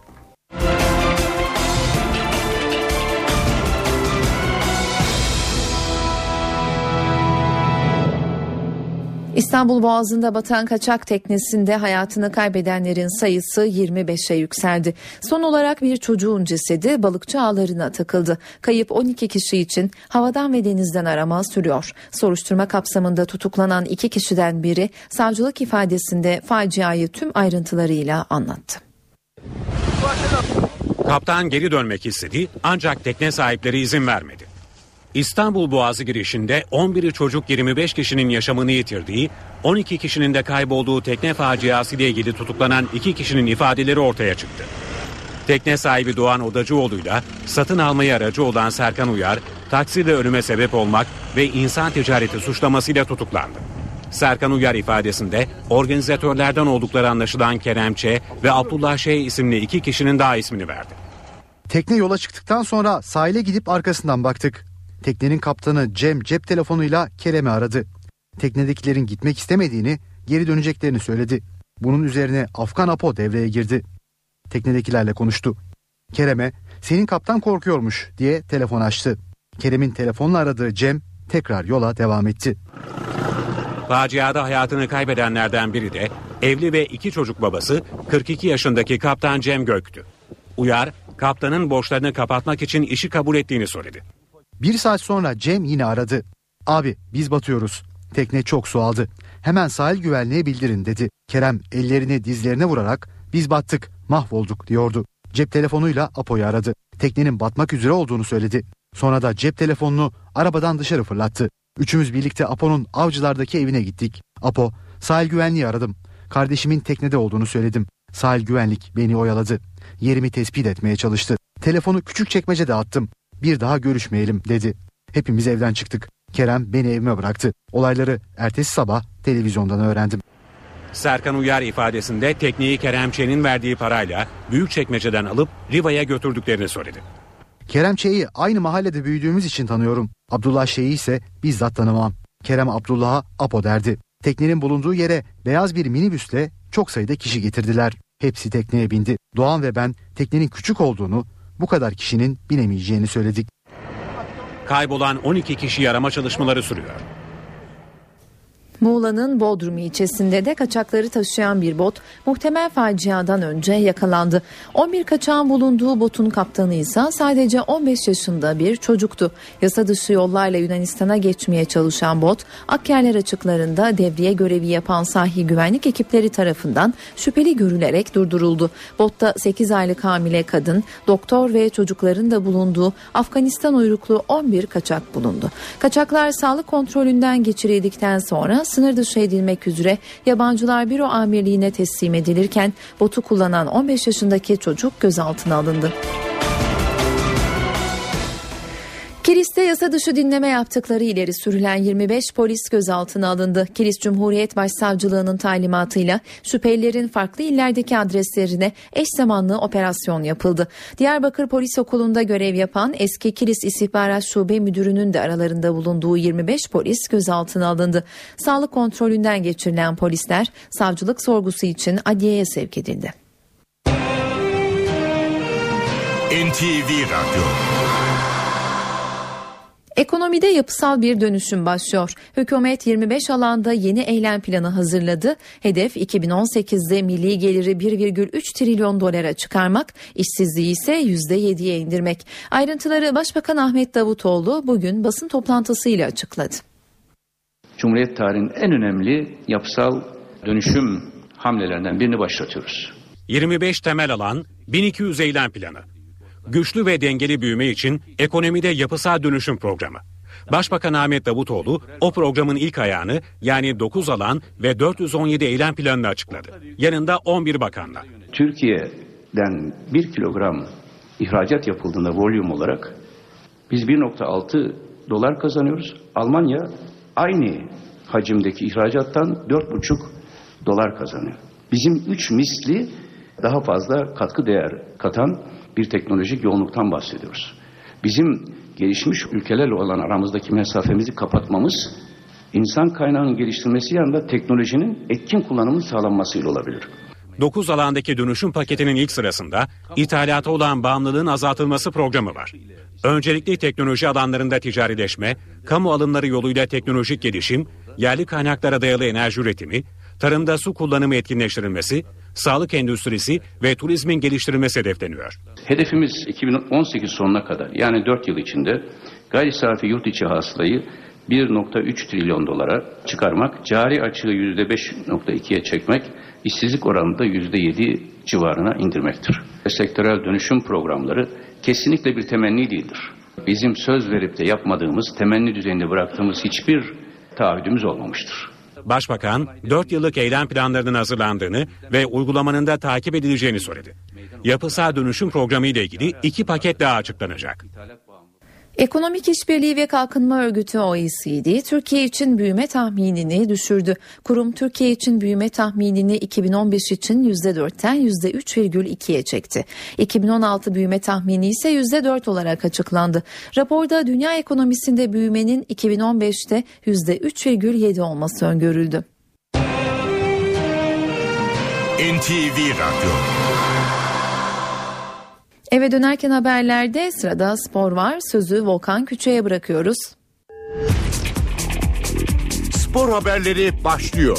İstanbul Boğazı'nda batan kaçak teknesinde hayatını kaybedenlerin sayısı yirmi beşe yükseldi. Son olarak bir çocuğun cesedi balıkçı ağlarına takıldı. Kayıp on iki kişi için havadan ve denizden arama sürüyor. Soruşturma kapsamında tutuklanan iki kişiden biri savcılık ifadesinde faciayı tüm ayrıntılarıyla anlattı. Kaptan geri dönmek istedi ancak tekne sahipleri izin vermedi. İstanbul Boğazı girişinde on biri çocuk yirmi beş kişinin yaşamını yitirdiği, on iki kişinin de kaybolduğu tekne faciası ile ilgili tutuklanan iki kişinin ifadeleri ortaya çıktı. Tekne sahibi Doğan Odacıoğlu'yla satın almayı aracı olan Serkan Uyar, taksiyle ölüme sebep olmak ve insan ticareti suçlamasıyla tutuklandı. Serkan Uyar ifadesinde organizatörlerden oldukları anlaşılan Kerem Ç. ve Abdullah Ş. isimli iki kişinin daha ismini verdi. Tekne yola çıktıktan sonra sahile gidip arkasından baktık. Teknenin kaptanı Cem cep telefonuyla Kerem'i aradı. Teknedekilerin gitmek istemediğini, geri döneceklerini söyledi. Bunun üzerine Afgan Apo devreye girdi. Teknedekilerle konuştu. Kerem'e senin kaptan korkuyormuş diye telefon açtı. Kerem'in telefonla aradığı Cem tekrar yola devam etti. Faciada hayatını kaybedenlerden biri de evli ve iki çocuk babası kırk iki yaşındaki kaptan Cem Gök'tü. Uyar, kaptanın borçlarını kapatmak için işi kabul ettiğini söyledi. Bir saat sonra Cem yine aradı. Abi biz batıyoruz. Tekne çok su aldı. Hemen sahil güvenliğe bildirin dedi. Kerem ellerini dizlerine vurarak biz battık, mahvolduk diyordu. Cep telefonuyla Apo'yu aradı. Teknenin batmak üzere olduğunu söyledi. Sonra da cep telefonunu arabadan dışarı fırlattı. Üçümüz birlikte Apo'nun Avcılar'daki evine gittik. Apo, sahil güvenliği aradım. Kardeşimin teknede olduğunu söyledim. Sahil güvenlik beni oyaladı. Yerimi tespit etmeye çalıştı. Telefonu küçük çekmecede attım. Bir daha görüşmeyelim dedi. Hepimiz evden çıktık. Kerem beni evime bıraktı. Olayları ertesi sabah televizyondan öğrendim. Serkan Uyar ifadesinde tekneyi Kerem Ç'nin verdiği parayla Büyükçekmece'den alıp Riva'ya götürdüklerini söyledi. Kerem Ç'yi aynı mahallede büyüdüğümüz için tanıyorum. Abdullah Şey'i ise bizzat tanımam. Kerem Abdullah'a Apo derdi. Teknenin bulunduğu yere beyaz bir minibüsle çok sayıda kişi getirdiler. Hepsi tekneye bindi. Doğan ve ben teknenin küçük olduğunu, bu kadar kişinin binemeyeceğini söyledik. Kaybolan on iki kişi arama çalışmaları sürüyor. Muğla'nın Bodrum ilçesinde de kaçakları taşıyan bir bot muhtemel faciadan önce yakalandı. on bir kaçağın bulunduğu botun kaptanı ise sadece on beş yaşında bir çocuktu. Yasa dışı yollarla Yunanistan'a geçmeye çalışan bot, Akyerler açıklarında devriye görevi yapan sahil güvenlik ekipleri tarafından şüpheli görülerek durduruldu. Botta sekiz aylık hamile kadın, doktor ve çocukların da bulunduğu Afganistan uyruklu on bir kaçak bulundu. Kaçaklar sağlık kontrolünden geçirildikten sonra sınır dışı edilmek üzere Yabancılar Büro Amirliği'ne teslim edilirken botu kullanan on beş yaşındaki çocuk gözaltına alındı. Kilis'te yasa dışı dinleme yaptıkları ileri sürülen yirmi beş polis gözaltına alındı. Kilis Cumhuriyet Başsavcılığı'nın talimatıyla şüphelilerin farklı illerdeki adreslerine eş zamanlı operasyon yapıldı. Diyarbakır Polis Okulu'nda görev yapan eski Kilis İstihbarat Şube Müdürü'nün de aralarında bulunduğu yirmi beş polis gözaltına alındı. Sağlık kontrolünden geçirilen polisler savcılık sorgusu için adliyeye sevk edildi. N T V Radyo. Ekonomide yapısal bir dönüşüm başlıyor. Hükümet yirmi beş alanda yeni eylem planı hazırladı. Hedef iki bin on sekizde milli geliri bir virgül üç trilyon dolara çıkarmak, işsizliği ise yüzde yediye indirmek. Ayrıntıları Başbakan Ahmet Davutoğlu bugün basın toplantısıyla açıkladı. Cumhuriyet tarihinin en önemli yapısal dönüşüm hamlelerinden birini başlatıyoruz. yirmi beş temel alan, bin iki yüz eylem planı. Güçlü ve dengeli büyüme için ekonomide yapısal dönüşüm programı. Başbakan Ahmet Davutoğlu o programın ilk ayağını yani dokuz alan ve dört yüz on yedi eylem planını açıkladı. Yanında on bir bakanla. Türkiye'den bir kilogram ihracat yapıldığında volüm olarak biz bir nokta altı dolar kazanıyoruz. Almanya aynı hacimdeki ihracattan dört buçuk dolar kazanıyor. Bizim üç misli daha fazla katkı değer katan bir teknolojik yoğunluktan bahsediyoruz. Bizim gelişmiş ülkelerle olan aramızdaki mesafemizi kapatmamız, insan kaynağının geliştirilmesi yanında teknolojinin etkin kullanımının sağlanmasıyla olabilir. dokuz alandaki dönüşüm paketinin ilk sırasında ithalata olan bağımlılığın azaltılması programı var. Öncelikli teknoloji alanlarında ticarileşme, kamu alımları yoluyla teknolojik gelişim, yerli kaynaklara dayalı enerji üretimi, tarımda su kullanımı etkinleştirilmesi, sağlık endüstrisi ve turizmin geliştirilmesi hedefleniyor. Hedefimiz iki bin on sekiz sonuna kadar yani dört yıl içinde gayri safi yurt içi hasılayı bir nokta üç trilyon dolara çıkarmak, cari açığı yüzde beş nokta ikiye çekmek, işsizlik oranını da yüzde yedi civarına indirmektir. Sektörel dönüşüm programları kesinlikle bir temenni değildir. Bizim söz verip de yapmadığımız, temenni düzeyinde bıraktığımız hiçbir taahhüdümüz olmamıştır. Başbakan dört yıllık eylem planlarının hazırlandığını ve uygulamanın da takip edileceğini söyledi. Yapısal dönüşüm programı ile ilgili iki paket daha açıklanacak. Ekonomik İşbirliği ve Kalkınma Örgütü O E C D, Türkiye için büyüme tahminini düşürdü. Kurum Türkiye için büyüme tahminini iki bin on beş için yüzde dörtten yüzde üç virgül ikiye çekti. iki bin on altı büyüme tahmini ise yüzde dört olarak açıklandı. Raporda dünya ekonomisinde büyümenin iki bin on beşte yüzde üç virgül yedi olması öngörüldü. N T V Radyo. Eve dönerken haberlerde sırada spor var. Sözü Volkan Küçük'e bırakıyoruz. Spor haberleri başlıyor.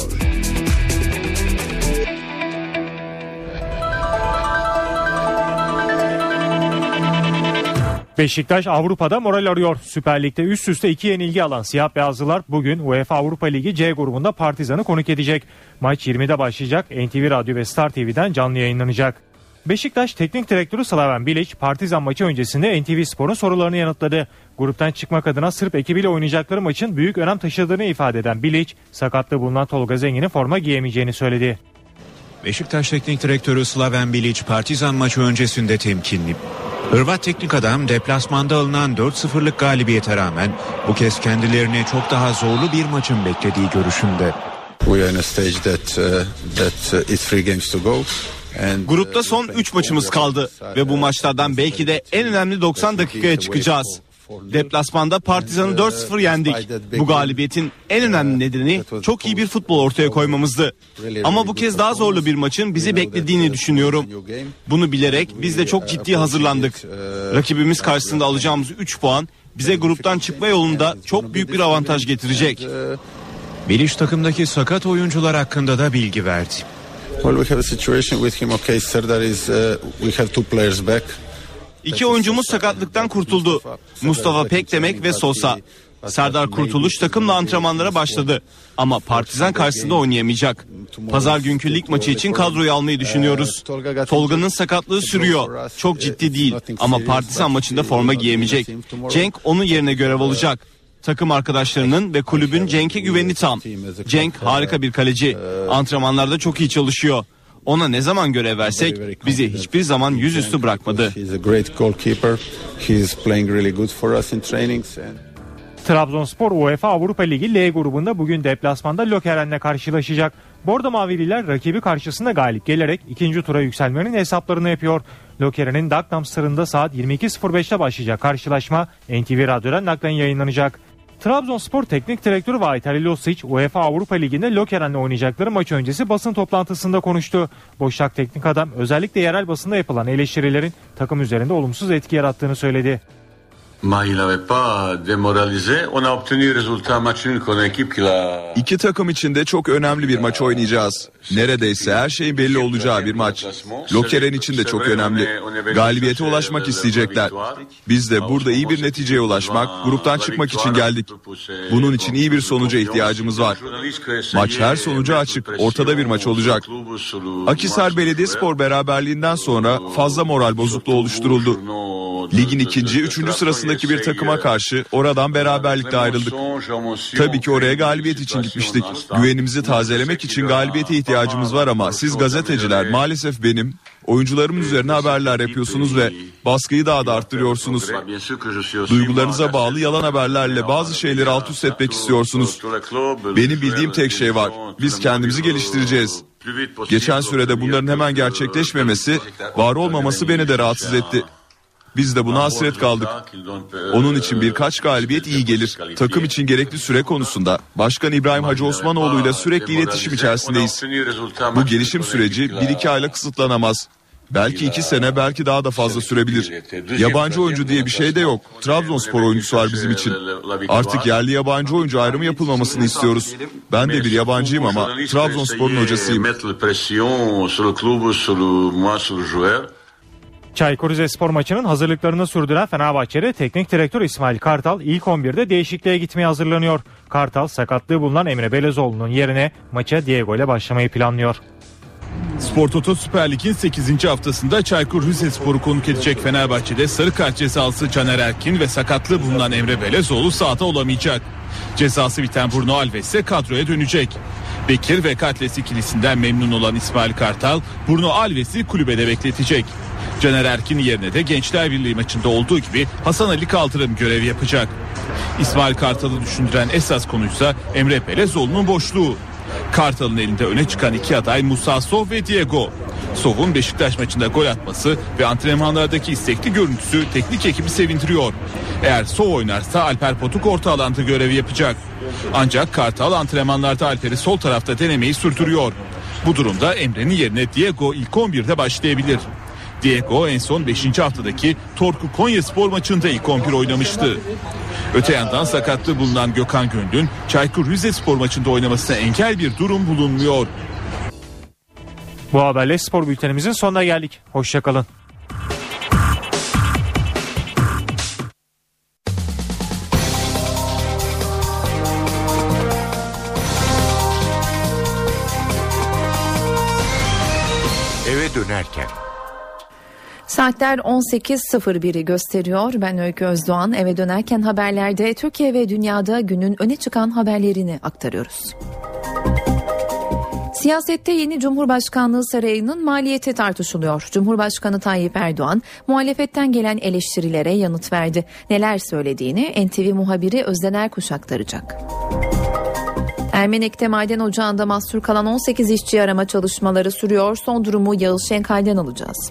Beşiktaş Avrupa'da moral arıyor. Süper Lig'de üst üste iki yenilgi alan Siyah Beyazlılar bugün UEFA Avrupa Ligi C grubunda Partizan'ı konuk edecek. Maç yirmide başlayacak. N T V Radyo ve Star T V'den canlı yayınlanacak. Beşiktaş Teknik Direktörü Slaven Bilic, Partizan maçı öncesinde N T V Spor'un sorularını yanıtladı. Gruptan çıkmak adına Sırp ekibiyle oynayacakları maçın büyük önem taşıdığını ifade eden Bilic, sakatlığı bulunan Tolga Zengin'in forma giyemeyeceğini söyledi. Beşiktaş Teknik Direktörü Slaven Bilic, Partizan maçı öncesinde temkinli. Hırvat teknik adam deplasmanda alınan dört sıfırlık galibiyete rağmen bu kez kendilerini çok daha zorlu bir maçın beklediği görüşünde. We are in a stage that uh, that it's three games to go. Grupta son üç maçımız kaldı ve bu maçlardan belki de en önemli doksan dakikaya çıkacağız. Deplasmanda Partizan'ı dört sıfır yendik. Bu galibiyetin en önemli nedeni çok iyi bir futbol ortaya koymamızdı. Ama bu kez daha zorlu bir maçın bizi beklediğini düşünüyorum. Bunu bilerek biz de çok ciddi hazırlandık. Rakibimiz karşısında alacağımız üç puan bize gruptan çıkma yolunda çok büyük bir avantaj getirecek. Bilic takımdaki sakat oyuncular hakkında da bilgi verdi. Well, we have a situation with him. Okay, Serdar is. Uh, we have two players back. İki oyuncumuz sakatlıktan kurtuldu. Mustafa Pekdemek ve Sosa. Serdar Kurtuluş takımla antrenmanlara başladı. Ama Partizan karşısında oynayamayacak. Pazar günkü lig maçı için kadroyu almayı düşünüyoruz. Tolga'nın sakatlığı sürüyor. Çok ciddi değil ama Partizan maçında forma giyemeyecek. Cenk onun yerine görev alacak. Takım arkadaşlarının ve kulübün Cenk'e güveni tam. Cenk harika bir kaleci. Antrenmanlarda çok iyi çalışıyor. Ona ne zaman görev versek bizi hiçbir zaman yüzüstü bırakmadı. Trabzonspor UEFA Avrupa Ligi L grubunda bugün deplasmanda Lökeren'le karşılaşacak. Bordo Mavililer rakibi karşısında galip gelerek ikinci tura yükselmenin hesaplarını yapıyor. Lökeren'in Dagnam Stadında saat yirmi iki sıfır beşte başlayacak karşılaşma N T V Radyo'dan naklen yayınlanacak. Trabzonspor Teknik Direktörü Vahit Halilosic, UEFA Avrupa Ligi'nde Lökeren'le oynayacakları maç öncesi basın toplantısında konuştu. Boşnak teknik adam özellikle yerel basında yapılan eleştirilerin takım üzerinde olumsuz etki yarattığını söyledi. İki takım için de çok önemli bir maç oynayacağız. Neredeyse her şeyin belli olacağı bir maç. Lokeren için de çok önemli. Galibiyete ulaşmak isteyecekler. Biz de burada iyi bir neticeye ulaşmak, gruptan çıkmak için geldik. Bunun için iyi bir sonuca ihtiyacımız var. Maç her sonuca açık. Ortada bir maç olacak. Akhisar Belediyespor beraberliğinden sonra fazla moral bozukluğu oluşturuldu. Ligin ikinci, üçüncü sırasındaki bir takıma karşı oradan beraberlikle ayrıldık. Tabii ki oraya galibiyet için gitmiştik. Güvenimizi tazelemek için galibiyete ihtiyacımız var ama siz gazeteciler maalesef benim, oyuncularımın üzerine haberler yapıyorsunuz ve baskıyı daha da arttırıyorsunuz. Duygularınıza bağlı yalan haberlerle bazı şeyleri alt üst etmek istiyorsunuz. Benim bildiğim tek şey var. Biz kendimizi geliştireceğiz. Geçen sürede bunların hemen gerçekleşmemesi, var olmaması beni de rahatsız etti. Biz de buna hasret kaldık. Onun için birkaç galibiyet iyi gelir. Takım için gerekli süre konusunda Başkan İbrahim Hacı Osmanoğlu ile sürekli iletişim içerisindeyiz. Bu gelişim süreci bir iki ayla kısıtlanamaz. Belki iki sene, belki daha da fazla sürebilir. Yabancı oyuncu diye bir şey de yok. Trabzonspor oyuncusu var bizim için. Artık yerli yabancı oyuncu ayrımı yapılmamasını istiyoruz. Ben de bir yabancıyım ama Trabzonspor'un hocasıyım. Çaykur Rizespor maçının hazırlıklarını sürdüren Fenerbahçeli teknik direktör İsmail Kartal ilk on birde değişikliğe gitmeye hazırlanıyor. Kartal sakatlığı bulunan Emre Belezoğlu'nun yerine maça Diego ile başlamayı planlıyor. Spor Toto Süper Lig'in sekizinci haftasında Çaykur Rizespor'u konuk edecek Fenerbahçe'de sarı kart cezalısı Caner Erkin ve sakatlığı bulunan Emre Belezoğlu sahada olamayacak. Cezası biten Bruno Alves ise kadroya dönecek. Bekir ve Katles ikilisinden memnun olan İsmail Kartal, Bruno Alves'i kulübede bekletecek. Caner Erkin yerine de Gençler Birliği maçında olduğu gibi Hasan Ali Kaldırım görev yapacak. İsmail Kartal'ı düşündüren esas konuysa Emre Belezoğlu'nun boşluğu. Kartal'ın elinde öne çıkan iki aday Musa Sov ve Diego. Sov'un Beşiktaş maçında gol atması ve antrenmanlardaki istekli görüntüsü teknik ekibi sevindiriyor. Eğer Sov oynarsa Alper Potuk orta alanda görev yapacak. Ancak Kartal antrenmanlarda Alper'i sol tarafta denemeyi sürdürüyor. Bu durumda Emre'nin yerine Diego ilk on birde başlayabilir. Diego en son beşinci haftadaki Torku Konyaspor maçında ilk on bir oynamıştı. Öte yandan sakatlığı bulunan Gökhan Gönl'ün Çaykur Rizespor maçında oynamasına engel bir durum bulunmuyor. Bu haberle spor bültenimizin sonuna geldik. Hoşçakalın. Eve dönerken. Saatler on sekiz sıfır biri gösteriyor. Ben Öykü Özdoğan. Eve dönerken haberlerde Türkiye ve dünyada günün öne çıkan haberlerini aktarıyoruz. Siyasette yeni Cumhurbaşkanlığı sarayının maliyeti tartışılıyor. Cumhurbaşkanı Tayyip Erdoğan muhalefetten gelen eleştirilere yanıt verdi. Neler söylediğini N T V muhabiri Özden Erkuş aktaracak. Ermenek'te maden ocağında mahsur kalan on sekiz işçi arama çalışmaları sürüyor. Son durumu Yağız Şenkal'den alacağız.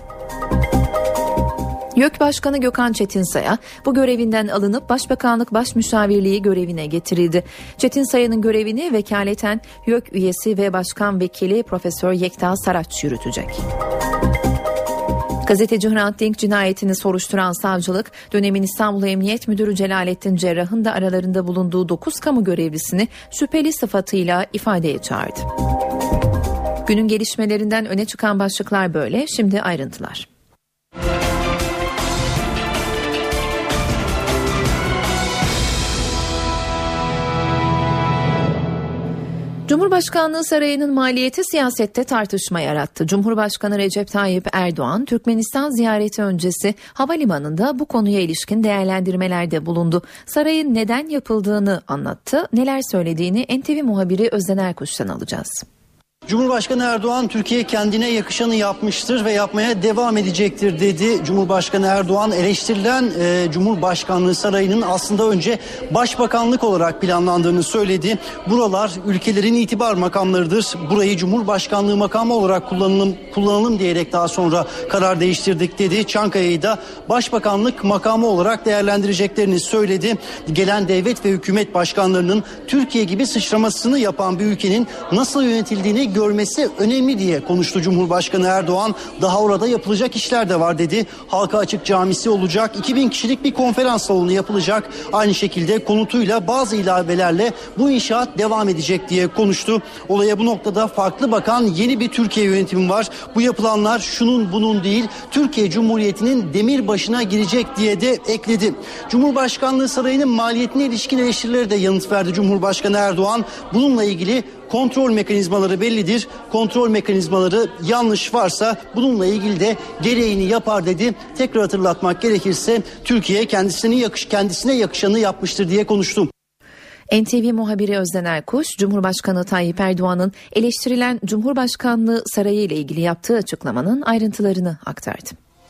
YÖK Başkanı Gökhan Çetinsaya bu görevinden alınıp Başbakanlık Başmüşavirliği görevine getirildi. Çetinsaya'nın görevini vekaleten YÖK üyesi ve başkan vekili Profesör Yekta Saraç yürütecek. Gazeteci Hrant Dink cinayetini soruşturan savcılık, dönemin İstanbul Emniyet Müdürü Celalettin Cerrah'ın da aralarında bulunduğu dokuz kamu görevlisini şüpheli sıfatıyla ifadeye çağırdı. Günün gelişmelerinden öne çıkan başlıklar böyle, şimdi ayrıntılar. Cumhurbaşkanlığı Sarayı'nın maliyeti siyasette tartışma yarattı. Cumhurbaşkanı Recep Tayyip Erdoğan, Türkmenistan ziyareti öncesi havalimanında bu konuya ilişkin değerlendirmelerde bulundu. Sarayın neden yapıldığını anlattı, neler söylediğini N T V muhabiri Özden Erkuş'tan alacağız. Cumhurbaşkanı Erdoğan, Türkiye kendine yakışanı yapmıştır ve yapmaya devam edecektir dedi. Cumhurbaşkanı Erdoğan eleştirilen e, Cumhurbaşkanlığı Sarayı'nın aslında önce başbakanlık olarak planlandığını söyledi. Buralar ülkelerin itibar makamlarıdır. Burayı Cumhurbaşkanlığı makamı olarak kullanım, kullanalım diyerek daha sonra karar değiştirdik dedi. Çankaya'yı da başbakanlık makamı olarak değerlendireceklerini söyledi. Gelen devlet ve hükümet başkanlarının Türkiye gibi sıçramasını yapan bir ülkenin nasıl yönetildiğini görmesi önemli diye konuştu Cumhurbaşkanı Erdoğan. Daha orada yapılacak işler de var dedi. Halka açık camisi olacak. iki bin kişilik bir konferans salonu yapılacak. Aynı şekilde konutuyla bazı ilavelerle bu inşaat devam edecek diye konuştu. Olaya bu noktada farklı bakan yeni bir Türkiye yönetimi var. Bu yapılanlar şunun bunun değil, Türkiye Cumhuriyeti'nin demir başına girecek diye de ekledi. Cumhurbaşkanlığı Sarayı'nın maliyetine ilişkin eleştirilere de yanıt verdi Cumhurbaşkanı Erdoğan. Bununla ilgili kontrol mekanizmaları bellidir. Kontrol mekanizmaları yanlış varsa bununla ilgili de gereğini yapar dedi. Tekrar hatırlatmak gerekirse Türkiye kendisine yakış kendisine yakışanı yapmıştır diye konuştu. N T V muhabiri Özden Erkuş, Cumhurbaşkanı Tayyip Erdoğan'ın eleştirilen Cumhurbaşkanlığı Sarayı ile ilgili yaptığı açıklamanın ayrıntılarını aktardı.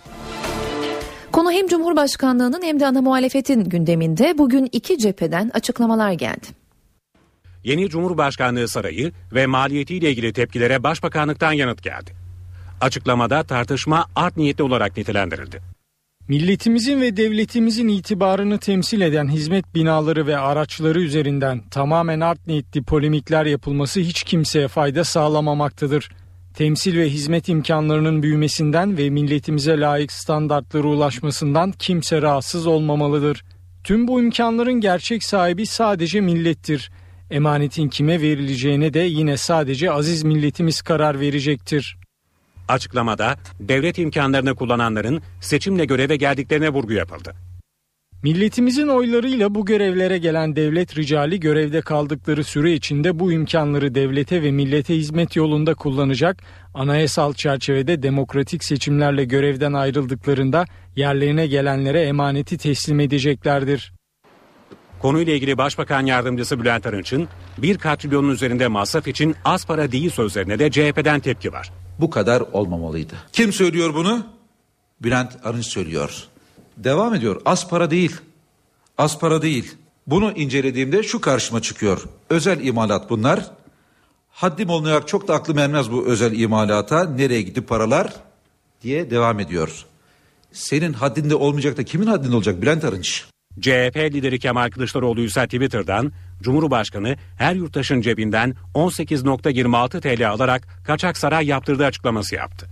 Konu hem Cumhurbaşkanlığının hem de ana muhalefetin gündeminde. Bugün iki cepheden açıklamalar geldi. Yeni Cumhurbaşkanlığı Sarayı ve maliyetiyle ilgili tepkilere Başbakanlıktan yanıt geldi. Açıklamada tartışma art niyetli olarak nitelendirildi. Milletimizin ve devletimizin itibarını temsil eden hizmet binaları ve araçları üzerinden tamamen art niyetli polemikler yapılması hiç kimseye fayda sağlamamaktadır. Temsil ve hizmet imkanlarının büyümesinden ve milletimize layık standartlara ulaşmasından kimse rahatsız olmamalıdır. Tüm bu imkanların gerçek sahibi sadece millettir. Emanetin kime verileceğine de yine sadece aziz milletimiz karar verecektir. Açıklamada devlet imkanlarını kullananların seçimle göreve geldiklerine vurgu yapıldı. Milletimizin oylarıyla bu görevlere gelen devlet ricali görevde kaldıkları süre içinde bu imkanları devlete ve millete hizmet yolunda kullanacak, anayasal çerçevede demokratik seçimlerle görevden ayrıldıklarında yerlerine gelenlere emaneti teslim edeceklerdir. Konuyla ilgili Başbakan Yardımcısı Bülent Arınç'ın bir katrilyonun üzerinde masraf için az para değil sözlerine de C H P'den tepki var. Bu kadar olmamalıydı. Kim söylüyor bunu? Bülent Arınç söylüyor. Devam ediyor. Az para değil. Az para değil. Bunu incelediğimde şu karşıma çıkıyor. Özel imalat bunlar. Haddim olmayarak çok da aklım ermez bu özel imalata. Nereye gitti paralar diye devam ediyor. Senin haddinde olmayacak da kimin haddinde olacak Bülent Arınç? C H P lideri Kemal Kılıçdaroğlu ise Twitter'dan Cumhurbaşkanı her yurttaşın cebinden on sekiz virgül yirmi altı TL alarak kaçak saray yaptırdığı açıklaması yaptı.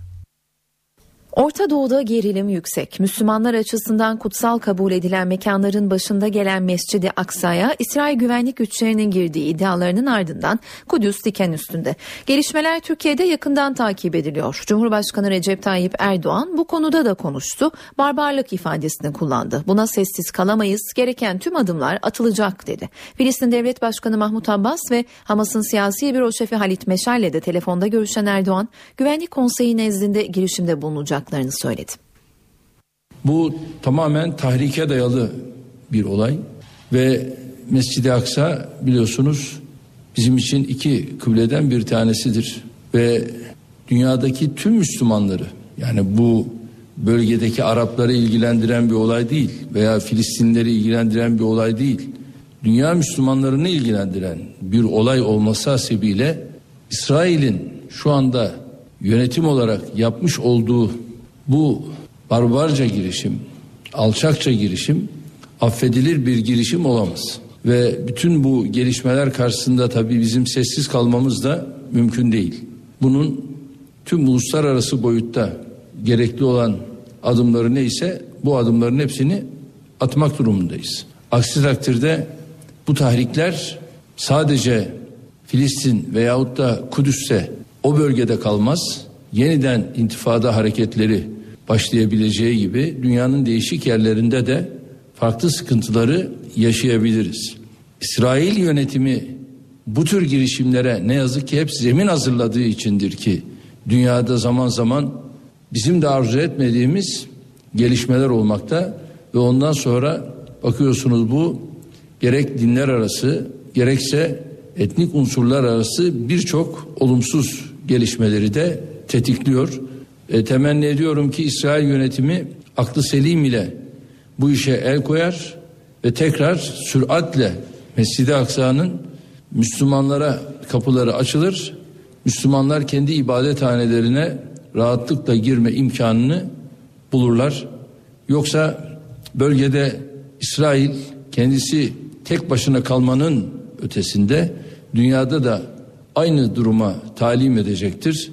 Orta Doğu'da gerilim yüksek. Müslümanlar açısından kutsal kabul edilen mekanların başında gelen Mescid-i Aksa'ya İsrail güvenlik güçlerinin girdiği iddialarının ardından Kudüs diken üstünde. Gelişmeler Türkiye'de yakından takip ediliyor. Cumhurbaşkanı Recep Tayyip Erdoğan bu konuda da konuştu. Barbarlık ifadesini kullandı. Buna sessiz kalamayız, gereken tüm adımlar atılacak dedi. Filistin Devlet Başkanı Mahmut Abbas ve Hamas'ın siyasi büro şefi Halit Meşal'le de telefonda görüşen Erdoğan, Güvenlik Konseyi nezdinde girişimde bulunacak söyledi. Bu tamamen tahrike dayalı bir olay ve Mescid-i Aksa biliyorsunuz bizim için iki kıbleden bir tanesidir ve dünyadaki tüm Müslümanları, yani bu bölgedeki Arapları ilgilendiren bir olay değil veya Filistinlileri ilgilendiren bir olay değil, dünya Müslümanlarını ilgilendiren bir olay olması hasebiyle İsrail'in şu anda yönetim olarak yapmış olduğu bu barbarca girişim, alçakça girişim affedilir bir girişim olamaz. Ve bütün bu gelişmeler karşısında tabii bizim sessiz kalmamız da mümkün değil. Bunun tüm uluslararası boyutta gerekli olan adımları neyse bu adımların hepsini atmak durumundayız. Aksi takdirde bu tahrikler sadece Filistin veyahut da Kudüs'te o bölgede kalmaz. Yeniden intifada hareketleri başlayabileceği gibi dünyanın değişik yerlerinde de farklı sıkıntıları yaşayabiliriz. İsrail yönetimi bu tür girişimlere ne yazık ki hep zemin hazırladığı içindir ki dünyada zaman zaman bizim de arzu etmediğimiz gelişmeler olmakta ve ondan sonra bakıyorsunuz bu gerek dinler arası gerekse etnik unsurlar arası birçok olumsuz gelişmeleri de tetikliyor. E, temenni ediyorum ki İsrail yönetimi aklı selim ile bu işe el koyar ve tekrar süratle Mescid-i Aksa'nın Müslümanlara kapıları açılır. Müslümanlar kendi ibadethanelerine rahatlıkla girme imkanını bulurlar. Yoksa bölgede İsrail kendisi tek başına kalmanın ötesinde dünyada da aynı duruma talim edecektir.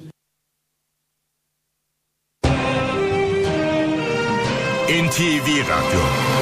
N T V Radyo.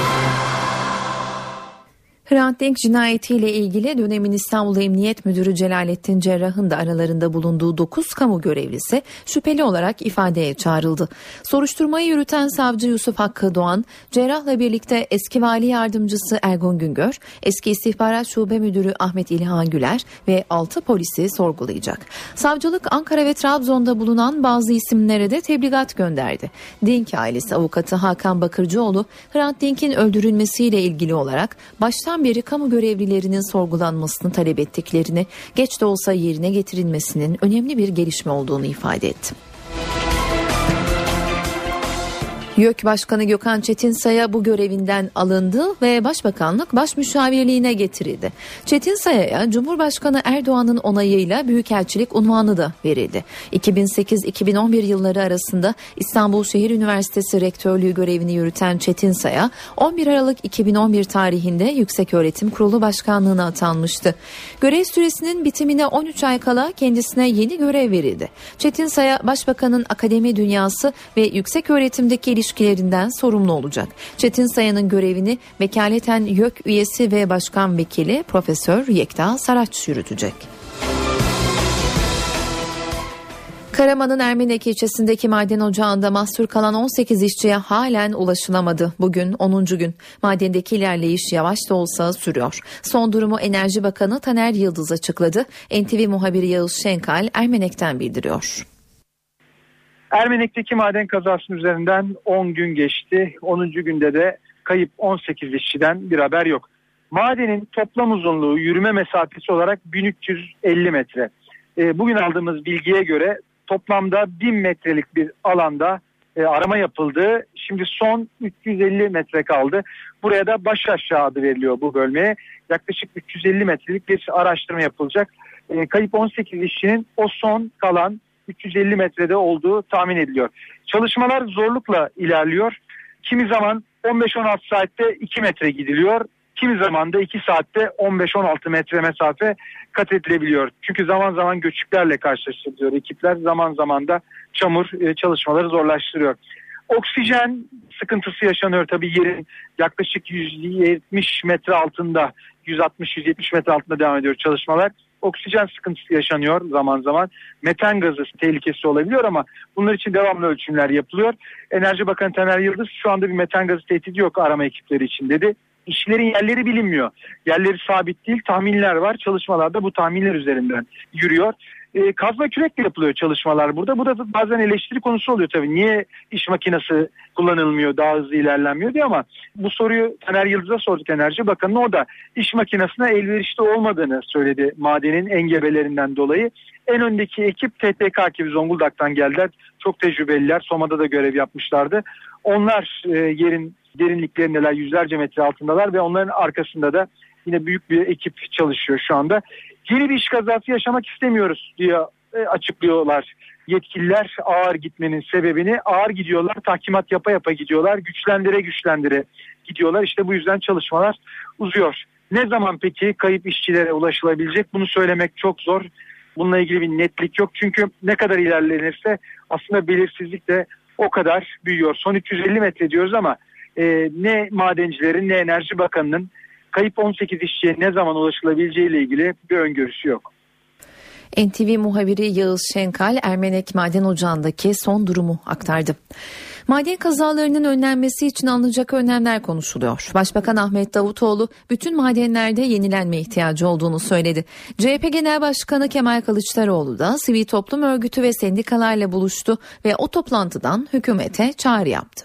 Hrant Dink cinayetiyle ilgili dönemin İstanbul Emniyet Müdürü Celalettin Cerrah'ın da aralarında bulunduğu dokuz kamu görevlisi şüpheli olarak ifadeye çağrıldı. Soruşturmayı yürüten savcı Yusuf Hakkı Doğan, Cerrah'la birlikte eski vali yardımcısı Ergun Güngör, eski istihbarat şube müdürü Ahmet İlhan Güler ve altı polisi sorgulayacak. Savcılık Ankara ve Trabzon'da bulunan bazı isimlere de tebligat gönderdi. Dink ailesi avukatı Hakan Bakırcıoğlu, Hrant Dink'in öldürülmesiyle ilgili olarak baştan beri kamu görevlilerinin sorgulanmasını talep ettiklerini, geç de olsa yerine getirilmesinin önemli bir gelişme olduğunu ifade etti. YÖK Başkanı Gökhan Çetinsaya bu görevinden alındı ve Başbakanlık Başmüşavirliğine getirildi. Çetinsaya'ya Cumhurbaşkanı Erdoğan'ın onayıyla Büyükelçilik unvanı da verildi. iki bin sekiz iki bin on bir yılları arasında İstanbul Şehir Üniversitesi Rektörlüğü görevini yürüten Çetinsaya, on bir Aralık iki bin on bir tarihinde Yükseköğretim Kurulu Başkanlığı'na atanmıştı. Görev süresinin bitimine on üç ay kala kendisine yeni görev verildi. Çetinsaya, Başbakanın akademi dünyası ve yükseköğretimdeki ilişkiler ilişkilerinden sorumlu olacak. Çetinsaya'nın görevini vekaleten YÖK üyesi ve başkan vekili Profesör Yekta Saraç yürütecek. Karaman'ın Ermenek ilçesindeki maden ocağında mahsur kalan on sekiz işçiye halen ulaşılamadı. Bugün onuncu gün. Madendeki ilerleyiş yavaş da olsa sürüyor. Son durumu Enerji Bakanı Taner Yıldız açıkladı. N T V muhabiri Yağız Şenkal Ermenek'ten bildiriyor. Ermenek'teki maden kazasının üzerinden on gün geçti. onuncu günde de kayıp on sekiz işçiden bir haber yok. Madenin toplam uzunluğu yürüme mesafesi olarak bin üç yüz elli metre. E, bugün aldığımız bilgiye göre toplamda bin metrelik bir alanda e, arama yapıldı. Şimdi son üç yüz elli metre kaldı. Buraya da baş aşağı adı veriliyor bu bölmeye. Yaklaşık üç yüz elli metrelik bir araştırma yapılacak. E, kayıp on sekiz işçinin o son kalan üç yüz elli metrede olduğu tahmin ediliyor. Çalışmalar zorlukla ilerliyor. Kimi zaman on beş on altı saatte iki metre gidiliyor. Kimi zaman da iki saatte on beş on altı metre mesafe kat edilebiliyor. Çünkü zaman zaman göçüklerle karşılaştırılıyor ekipler. Zaman zaman da çamur çalışmaları zorlaştırıyor. Oksijen sıkıntısı yaşanıyor tabii, yerin yaklaşık yüz yetmiş metre altında, yüz altmış yüz yetmiş metre altında devam ediyor çalışmalar. Oksijen sıkıntısı yaşanıyor zaman zaman. Metan gazı tehlikesi olabiliyor ama bunlar için devamlı ölçümler yapılıyor. Enerji Bakanı Taner Yıldız şu anda bir metan gazı tehdidi yok arama ekipleri için dedi. İşçilerin yerleri bilinmiyor. Yerleri sabit değil, tahminler var. Çalışmalarda bu tahminler üzerinden yürüyor. E, kazma kürekle yapılıyor çalışmalar burada. Bu da bazen eleştiri konusu oluyor tabii. Niye iş makinesi kullanılmıyor, daha hızlı ilerlenmiyor diye, ama bu soruyu Taner Yıldız'a sorduk Enerji Bakanı'na. O da iş makinesine elverişli olmadığını söyledi madenin engebelerinden dolayı. En öndeki ekip T T K ekibi Zonguldak'tan geldiler. Çok tecrübeliler. Soma'da da görev yapmışlardı. Onlar e, yerin derinliklerindeler, yüzlerce metre altındalar ve onların arkasında da yine büyük bir ekip çalışıyor şu anda. Yeni bir iş kazası yaşamak istemiyoruz diye açıklıyorlar yetkililer ağır gitmenin sebebini. Ağır gidiyorlar, tahkimat yapa yapa gidiyorlar, güçlendire güçlendire gidiyorlar. İşte bu yüzden çalışmalar uzuyor. Ne zaman peki kayıp işçilere ulaşılabilecek, bunu söylemek çok zor. Bununla ilgili bir netlik yok. Çünkü ne kadar ilerlenirse aslında belirsizlik de o kadar büyüyor. Son üç yüz elli metre diyoruz ama e, ne madencilerin ne Enerji Bakanı'nın kayıp on sekiz işçiye ne zaman ulaşılabileceği ile ilgili bir öngörüsü yok. N T V muhabiri Yağız Şenkal Ermenek Maden Ocağı'ndaki son durumu aktardı. Maden kazalarının önlenmesi için alınacak önlemler konuşuluyor. Başbakan Ahmet Davutoğlu bütün madenlerde yenilenme ihtiyacı olduğunu söyledi. C H P Genel Başkanı Kemal Kılıçdaroğlu da sivil toplum örgütü ve sendikalarla buluştu ve o toplantıdan hükümete çağrı yaptı.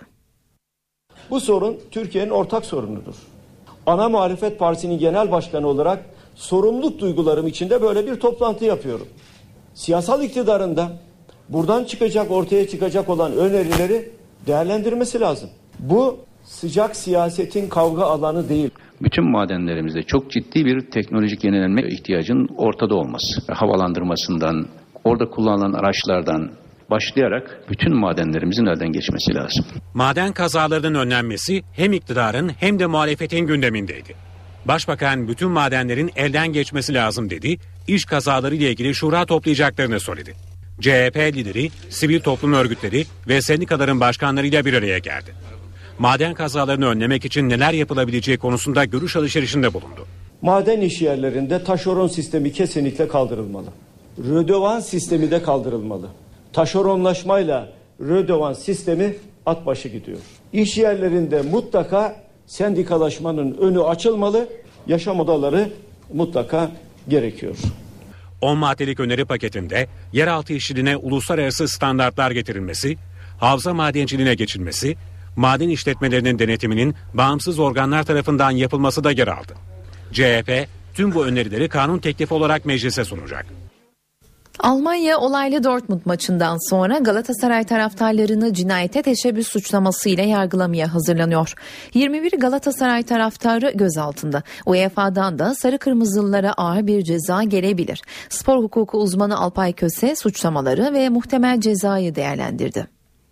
Bu sorun Türkiye'nin ortak sorunudur. Ana Muhalefet Partisi'nin genel başkanı olarak sorumluluk duygularım içinde böyle bir toplantı yapıyorum. Siyasal iktidarında buradan çıkacak, ortaya çıkacak olan önerileri değerlendirmesi lazım. Bu sıcak siyasetin kavga alanı değil. Bütün madenlerimizde çok ciddi bir teknolojik yenilenme ihtiyacın ortada olması. Havalandırmasından, orada kullanılan araçlardan, başlayarak bütün madenlerimizin elden geçmesi lazım. Maden kazalarının önlenmesi hem iktidarın hem de muhalefetin gündemindeydi. Başbakan bütün madenlerin elden geçmesi lazım dedi, iş kazaları ile ilgili şura toplayacaklarını söyledi. C H P lideri, sivil toplum örgütleri ve sendikaların başkanlarıyla bir araya geldi. Maden kazalarını önlemek için neler yapılabileceği konusunda görüş alışverişinde bulundu. Maden iş yerlerinde taşeron sistemi kesinlikle kaldırılmalı. Rödevan sistemi de kaldırılmalı. Taşeronlaşmayla rödevan sistemi at başı gidiyor. İş yerlerinde mutlaka sendikalaşmanın önü açılmalı, yaşam odaları mutlaka gerekiyor. on maddelik öneri paketinde yeraltı işçiliğine uluslararası standartlar getirilmesi, havza madenciliğine geçilmesi, maden işletmelerinin denetiminin bağımsız organlar tarafından yapılması da yer aldı. C H P tüm bu önerileri kanun teklifi olarak meclise sunacak. Almanya olaylı Dortmund maçından sonra Galatasaray taraftarlarını cinayete teşebbüs suçlamasıyla yargılamaya hazırlanıyor. yirmi bir Galatasaray taraftarı gözaltında. U E F A'dan da sarı kırmızılılara ağır bir ceza gelebilir. Spor hukuku uzmanı Alpay Köse suçlamaları ve muhtemel cezayı değerlendirdi.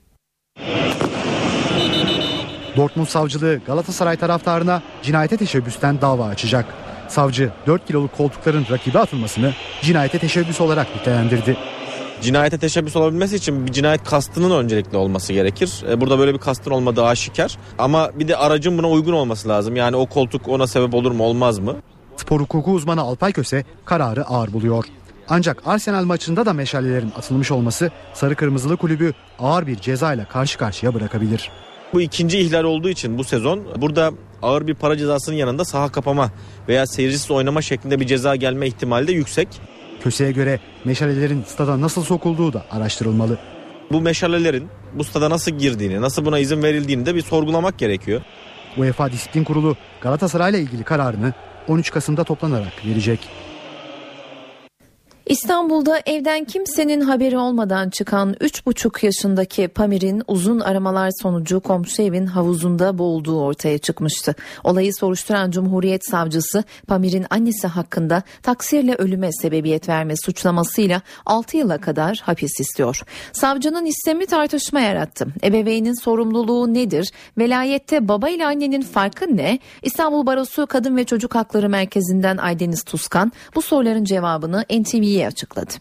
Dortmund savcılığı Galatasaray taraftarına cinayete teşebbüsten dava açacak. Savcı dört kiloluk koltukların rakibe atılmasını cinayete teşebbüs olarak nitelendirdi. Cinayete teşebbüs olabilmesi için bir cinayet kastının öncelikli olması gerekir. Burada böyle bir kastın olmadığı aşikar. Ama bir de aracın buna uygun olması lazım. Yani o koltuk ona sebep olur mu olmaz mı? Spor hukuku uzmanı Alpay Köse kararı ağır buluyor. Ancak Arsenal maçında da meşalelerin atılmış olması Sarı Kırmızılı kulübü ağır bir cezayla karşı karşıya bırakabilir. Bu ikinci ihlal olduğu için bu sezon burada ağır bir para cezasının yanında saha kapama veya seyircisiz oynama şeklinde bir ceza gelme ihtimali de yüksek. Köse'ye göre meşalelerin stada nasıl sokulduğu da araştırılmalı. Bu meşalelerin bu stada nasıl girdiğini, nasıl buna izin verildiğini de bir sorgulamak gerekiyor. UEFA Disiplin Kurulu Galatasaray'la ilgili kararını on üç Kasım'da toplanarak verecek. İstanbul'da evden kimsenin haberi olmadan çıkan üç buçuk yaşındaki Pamir'in uzun aramalar sonucu komşu evin havuzunda boğulduğu ortaya çıkmıştı. Olayı soruşturan Cumhuriyet Savcısı Pamir'in annesi hakkında taksirle ölüme sebebiyet verme suçlamasıyla altı yıla kadar hapis istiyor. Savcının istemi tartışma yarattı. Ebeveynin sorumluluğu nedir? Velayette baba ile annenin farkı ne? İstanbul Barosu Kadın ve Çocuk Hakları Merkezi'nden Aydeniz Tuzkan bu soruların cevabını N T V'ye açıkladı.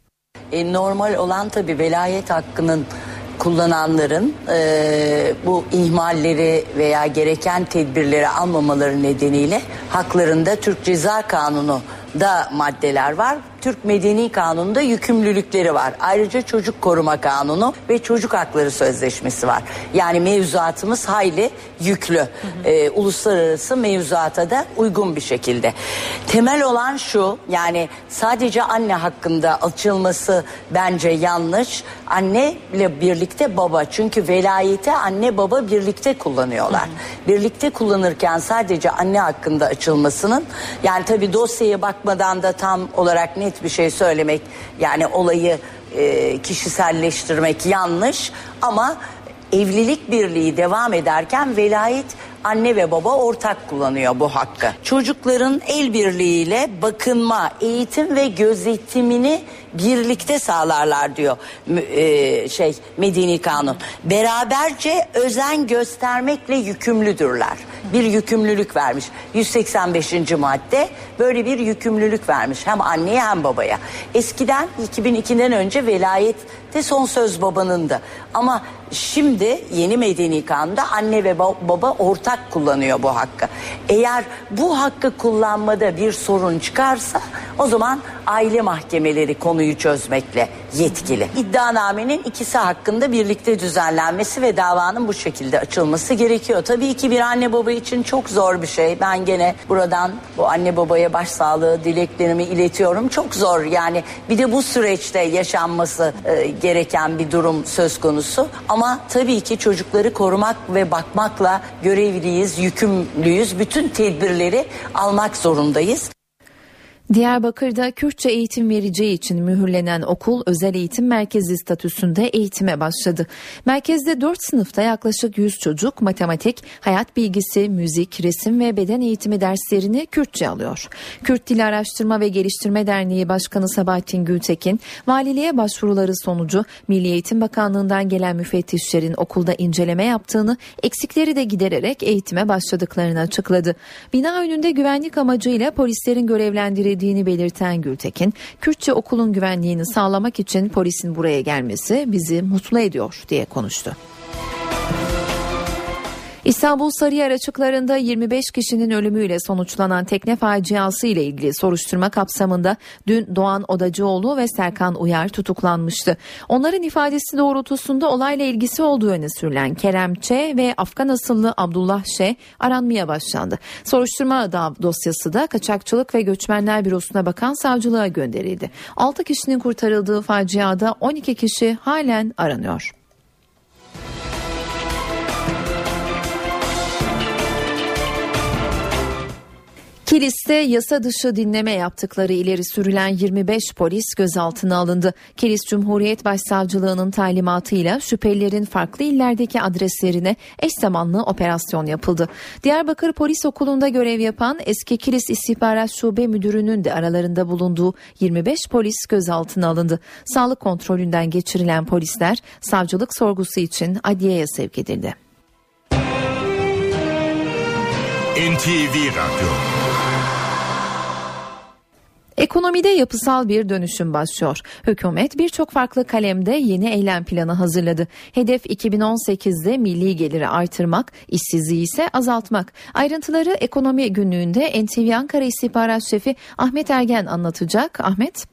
E, normal olan tabii velayet hakkının kullananların e, bu ihmalleri veya gereken tedbirleri almamaları nedeniyle haklarında Türk Ceza Kanunu da maddeler var. Türk Medeni Kanunu'nda yükümlülükleri var. Ayrıca Çocuk Koruma Kanunu ve Çocuk Hakları Sözleşmesi var. Yani mevzuatımız hayli yüklü. Hı hı. Ee, uluslararası mevzuata da uygun bir şekilde. Temel olan şu, yani sadece anne hakkında açılması bence yanlış. Anne ile birlikte baba. Çünkü velayeti anne baba birlikte kullanıyorlar. Hı hı. Birlikte kullanırken sadece anne hakkında açılmasının, yani tabii dosyaya bakmadan da tam olarak net bir şey söylemek, yani olayı e, kişiselleştirmek yanlış, ama evlilik birliği devam ederken velayet anne ve baba ortak kullanıyor bu hakkı. Çocukların el birliğiyle bakınma, eğitim ve gözetimini birlikte sağlarlar diyor e, şey Medeni Kanun. Beraberce özen göstermekle yükümlüdürler. Bir yükümlülük vermiş. yüz seksen beşinci madde böyle bir yükümlülük vermiş. Hem anneye hem babaya. Eskiden iki bin ikiden önce velayet de son söz babanındı. Ama şimdi yeni Medeni Kanun'da anne ve baba ortak kullanıyor bu hakkı. Eğer bu hakkı kullanmada bir sorun çıkarsa o zaman aile mahkemeleri konuyu çözmekle yetkili. İddianamenin ikisi hakkında birlikte düzenlenmesi ve davanın bu şekilde açılması gerekiyor. Tabii ki bir anne baba için çok zor bir şey. Ben gene buradan bu anne babaya başsağlığı dileklerimi iletiyorum. Çok zor, yani bir de bu süreçte yaşanması e, gereken bir durum söz konusu. Ama tabii ki çocukları korumak ve bakmakla görevliyiz, yükümlüyüz. Bütün tedbirleri almak zorundayız. Diyarbakır'da Kürtçe eğitim vereceği için mühürlenen okul özel eğitim merkezi statüsünde eğitime başladı. Merkezde dört sınıfta yaklaşık yüz çocuk matematik, hayat bilgisi, müzik, resim ve beden eğitimi derslerini Kürtçe alıyor. Kürt Dili Araştırma ve Geliştirme Derneği Başkanı Sabahattin Gültekin, valiliğe başvuruları sonucu Milli Eğitim Bakanlığı'ndan gelen müfettişlerin okulda inceleme yaptığını, eksikleri de gidererek eğitime başladıklarını açıkladı. Bina önünde güvenlik amacıyla polislerin görevlendirildiği belirten Gültekin, Kürtçe okulun güvenliğini sağlamak için polisin buraya gelmesi bizi mutlu ediyor diye konuştu. İstanbul Sarıyer açıklarında yirmi beş kişinin ölümüyle sonuçlanan tekne faciası ile ilgili soruşturma kapsamında dün Doğan Odacıoğlu ve Serkan Uyar tutuklanmıştı. Onların ifadesi doğrultusunda olayla ilgisi olduğu öne sürülen Kerem Ç. ve Afgan asıllı Abdullah Ş. aranmaya başlandı. Soruşturma dosyası da Kaçakçılık ve Göçmenler Bürosu'na bakan savcılığa gönderildi. altı kişinin kurtarıldığı faciada on iki kişi halen aranıyor. Kilis'te yasa dışı dinleme yaptıkları ileri sürülen yirmi beş polis gözaltına alındı. Kilis Cumhuriyet Başsavcılığı'nın talimatıyla şüphelilerin farklı illerdeki adreslerine eş zamanlı operasyon yapıldı. Diyarbakır Polis Okulu'nda görev yapan eski Kilis İstihbarat Şube Müdürü'nün de aralarında bulunduğu yirmi beş polis gözaltına alındı. Sağlık kontrolünden geçirilen polisler savcılık sorgusu için adliyeye sevk edildi. N T V Radyo. Ekonomide yapısal bir dönüşüm başlıyor. Hükümet birçok farklı kalemde yeni eylem planı hazırladı. Hedef iki bin on sekizde milli geliri artırmak, işsizliği ise azaltmak. Ayrıntıları Ekonomi Günlüğü'nde N T V Ankara İstihbarat Şefi Ahmet Ergen anlatacak. Ahmet.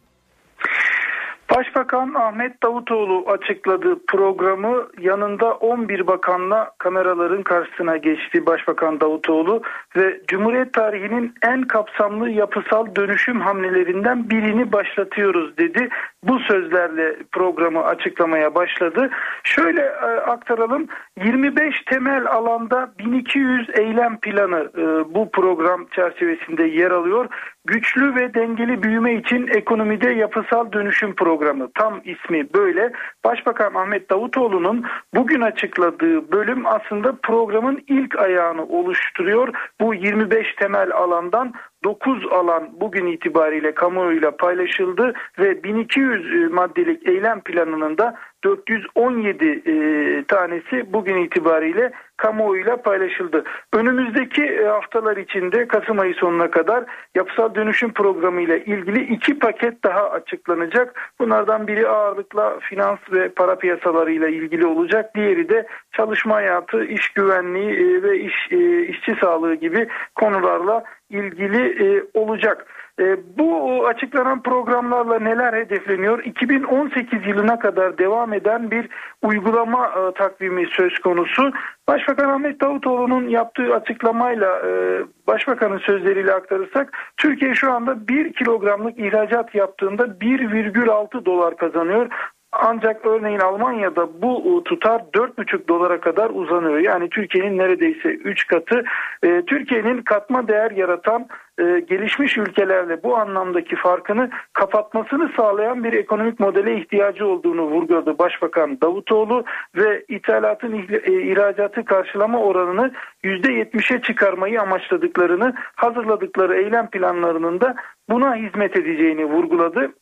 Başbakan Ahmet Davutoğlu açıkladığı programı yanında on bir bakanla kameraların karşısına geçti Başbakan Davutoğlu ve Cumhuriyet tarihinin en kapsamlı yapısal dönüşüm hamlelerinden birini başlatıyoruz dedi. Bu sözlerle programı açıklamaya başladı. Şöyle e, aktaralım. yirmi beş temel alanda bin iki yüz eylem planı e, bu program çerçevesinde yer alıyor. Güçlü ve dengeli büyüme için ekonomide yapısal dönüşüm programı. Tam ismi böyle. Başbakan Ahmet Davutoğlu'nun bugün açıkladığı bölüm aslında programın ilk ayağını oluşturuyor. Bu yirmi beş temel alandan dokuz alan bugün itibariyle kamuoyuyla paylaşıldı ve bin iki yüz maddelik eylem planının da dört yüz on yedi e, tanesi bugün itibariyle kamuoyuyla paylaşıldı. Önümüzdeki haftalar içinde Kasım ayı sonuna kadar yapısal dönüşüm programı ile ilgili iki paket daha açıklanacak. Bunlardan biri ağırlıkla finans ve para piyasalarıyla ilgili olacak. Diğeri de çalışma hayatı, iş güvenliği ve iş e, işçi sağlığı gibi konularla ilgili e, olacak. E, bu açıklanan programlarla neler hedefleniyor? iki bin on sekiz yılına kadar devam eden bir uygulama e, takvimi söz konusu. Başbakan Ahmet Davutoğlu'nun yaptığı açıklamayla e, Başbakanın sözleriyle aktarırsak Türkiye şu anda bir kilogramlık ihracat yaptığında bir virgül altı dolar kazanıyor. Ancak örneğin Almanya'da bu tutar dört buçuk dolara kadar uzanıyor. Yani Türkiye'nin neredeyse üç katı. E, Türkiye'nin katma değer yaratan e, gelişmiş ülkelerle bu anlamdaki farkını kapatmasını sağlayan bir ekonomik modele ihtiyacı olduğunu vurguladı Başbakan Davutoğlu ve ithalatın e, ihracatı karşılama oranını yüzde yetmişe çıkarmayı amaçladıklarını, hazırladıkları eylem planlarının da buna hizmet edeceğini vurguladı.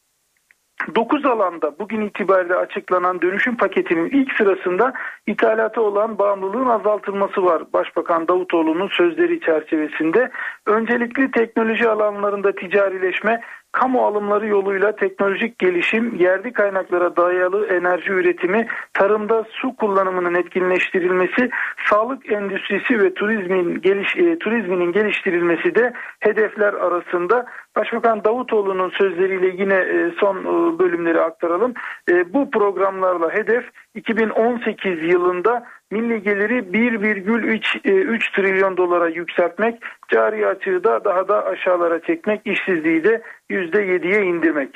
dokuz alanda bugün itibariyle açıklanan dönüşüm paketinin ilk sırasında ithalata olan bağımlılığın azaltılması var. Başbakan Davutoğlu'nun sözleri çerçevesinde öncelikli teknoloji alanlarında ticarileşme, kamu alımları yoluyla teknolojik gelişim, yerli kaynaklara dayalı enerji üretimi, tarımda su kullanımının etkinleştirilmesi, sağlık endüstrisi ve turizmin geliş, e, turizminin geliştirilmesi de hedefler arasında. Başbakan Davutoğlu'nun sözleriyle yine e, son e, bölümleri aktaralım. E, bu programlarla hedef iki bin on sekiz yılında milli geliri bir virgül üç trilyon dolara yükseltmek, cari açığı da daha da aşağılara çekmek, işsizliği de yüzde yediye indirmek.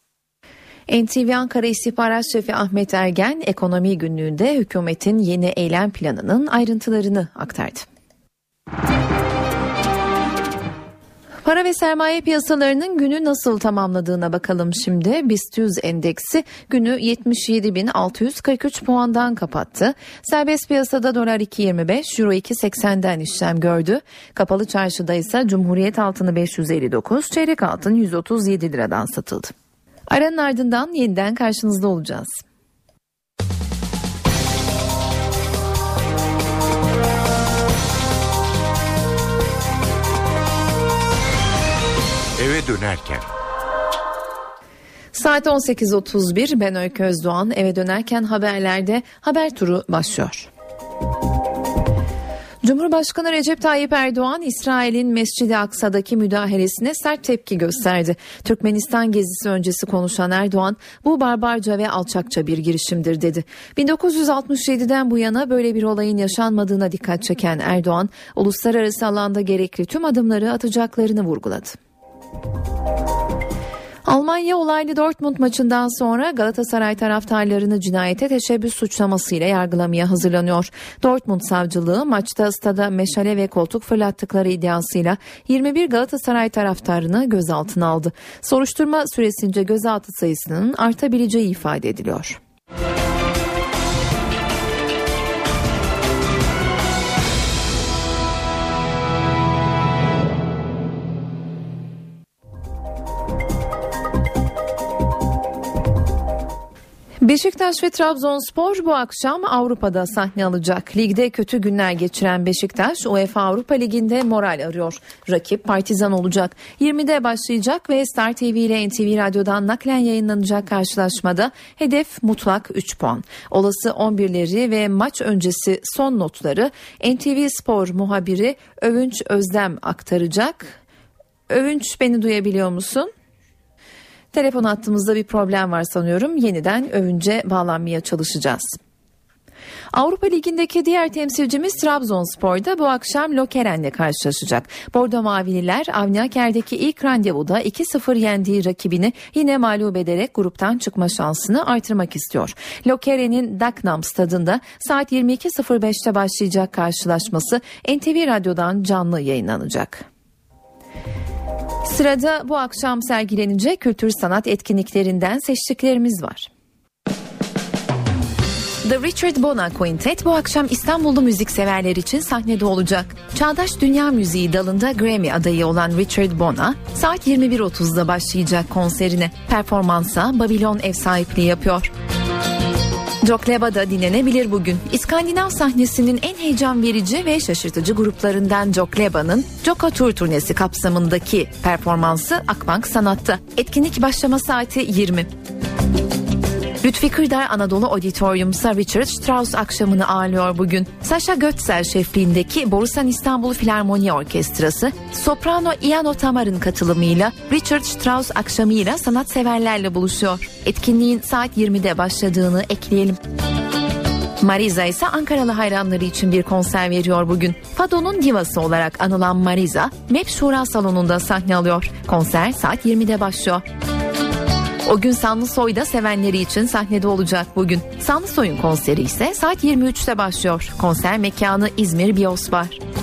N T V Ankara İstihbarat Şefi Ahmet Ergen, Ekonomi Günlüğü'nde hükümetin yeni eylem planının ayrıntılarını aktardı. Para ve sermaye piyasalarının günü nasıl tamamladığına bakalım şimdi. BIST yüz endeksi günü yetmiş yedi bin altı yüz kırk üç puandan kapattı. Serbest piyasada dolar iki yirmi beş, euro iki seksenden işlem gördü. Kapalı çarşıda ise Cumhuriyet altını beş yüz elli dokuz, çeyrek altın yüz otuz yedi liradan satıldı. Aranın ardından yeniden karşınızda olacağız. Eve dönerken. Saat on sekiz otuz bir, ben Öykü Özdoğan. Eve dönerken haberlerde haber turu başlıyor. Cumhurbaşkanı Recep Tayyip Erdoğan, İsrail'in Mescid-i Aksa'daki müdahalesine sert tepki gösterdi. Türkmenistan gezisi öncesi konuşan Erdoğan, bu barbarca ve alçakça bir girişimdir dedi. bin dokuz yüz altmış yediden bu yana böyle bir olayın yaşanmadığına dikkat çeken Erdoğan, uluslararası alanda gerekli tüm adımları atacaklarını vurguladı. Almanya olaylı Dortmund maçından sonra Galatasaray taraftarlarını cinayete teşebbüs suçlamasıyla yargılamaya hazırlanıyor. Dortmund savcılığı maçta stada meşale ve koltuk fırlattıkları iddiasıyla yirmi bir Galatasaray taraftarını gözaltına aldı. Soruşturma süresince gözaltı sayısının artabileceği ifade ediliyor. Beşiktaş ve Trabzonspor bu akşam Avrupa'da sahne alacak. Ligde kötü günler geçiren Beşiktaş, UEFA Avrupa Ligi'nde moral arıyor. Rakip Partizan olacak. yirmide başlayacak ve Star T V ile N T V Radyo'dan naklen yayınlanacak karşılaşmada hedef mutlak üç puan. Olası on birleri ve maç öncesi son notları N T V Spor muhabiri Övünç Özdem aktaracak. Övünç, beni duyabiliyor musun? Telefon hattımızda bir problem var sanıyorum. Yeniden Övünç'e bağlanmaya çalışacağız. Avrupa Ligi'ndeki diğer temsilcimiz Trabzonspor'da bu akşam Lokeren'le karşılaşacak. Bordo Mavililer Avni Aker'deki ilk randevuda iki sıfır yendiği rakibini yine mağlup ederek gruptan çıkma şansını artırmak istiyor. Lokeren'in Daknam stadında saat yirmi iki sıfır beşte başlayacak karşılaşması N T V Radyo'dan canlı yayınlanacak. Sırada bu akşam sergilenecek kültür sanat etkinliklerinden seçtiklerimiz var. The Richard Bona Quintet bu akşam İstanbullu müzikseverler için sahnede olacak. Çağdaş dünya müziği dalında Grammy adayı olan Richard Bona saat yirmi bir otuzda başlayacak konserine. Performansa Babylon ev sahipliği yapıyor. Jokleba da dinlenebilir bugün. İskandinav sahnesinin en heyecan verici ve şaşırtıcı gruplarından Jokleba'nın Joka Tour turnesi kapsamındaki performansı Akbank Sanat'ta. Etkinlik başlama saati yirmi. Lütfi Kırdar Anadolu Auditorium'sa Richard Strauss akşamını ağırlıyor bugün. Sasha Götzel şefliğindeki Borusan İstanbul Filarmoni Orkestrası, soprano Iano Tamar'ın katılımıyla Richard Strauss akşamıyla sanatseverlerle buluşuyor. Etkinliğin saat yirmide başladığını ekleyelim. Mariza ise Ankaralı hayranları için bir konser veriyor bugün. Fado'nun divası olarak anılan Mariza, M E P Şura Salonu'nda sahne alıyor. Konser saat yirmide başlıyor. O gün Sanlısoy da sevenleri için sahnede olacak bugün. Sanlısoy'un konseri ise saat yirmi üçte başlıyor. Konser mekanı İzmir Biyosbar.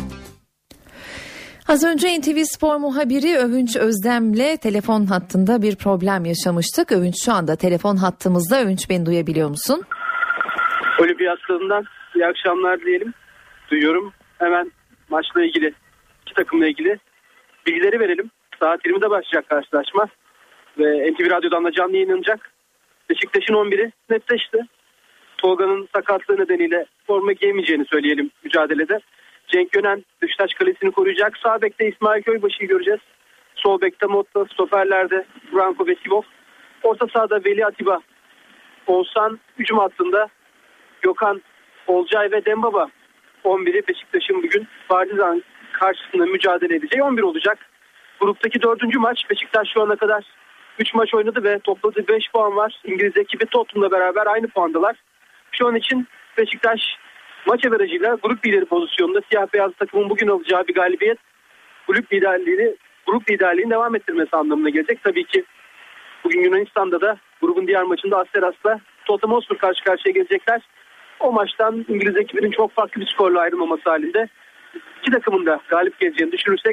Az önce N T V Spor muhabiri Övünç Özdem'le telefon hattında bir problem yaşamıştık. Övünç şu anda telefon hattımızda. Övünç, beni duyabiliyor musun? Olimpiyat stadından iyi akşamlar diyelim. Duyuyorum. Hemen maçla ilgili, iki takımla ilgili bilgileri verelim. Saat yirmide başlayacak karşılaşma. Ve N T V Radyo'dan da canlı yayınlanacak. Beşiktaş'ın on biri netleşti. Tolga'nın sakatlığı nedeniyle forma giyemeyeceğini söyleyelim mücadelede. Cenk Gönen Beşiktaş kalesini koruyacak. Sağ bekte İsmail Köybaşı'yı göreceğiz. Sol bekte Motta, stoperlerde Branko ve Sivov. Orta sahada Veli Atiba. Oğuzhan hücum hattında Gökhan, Olcay ve Dembaba. on biri Beşiktaş'ın bugün Partizan karşısında mücadele edeceği on bir olacak. Gruptaki dördüncü maç. Beşiktaş şu ana kadar üç maç oynadı ve topladığı beş puan var. İngiliz ekibi Tottenham'la beraber aynı puandalar. Şu an için Beşiktaş maç averajıyla grup lideri pozisyonunda. Siyah beyaz takımın bugün alacağı bir galibiyet grup liderliğini, grup liderliğini devam ettirmesi anlamına gelecek. Tabii ki bugün Yunanistan'da da grubun diğer maçında Asteras'la Tottenham Hotspur karşı karşıya gelecekler. O maçtan İngiliz ekibinin çok farklı bir skorla ayrılmaması halinde iki takımın da galip geleceğini düşünürsek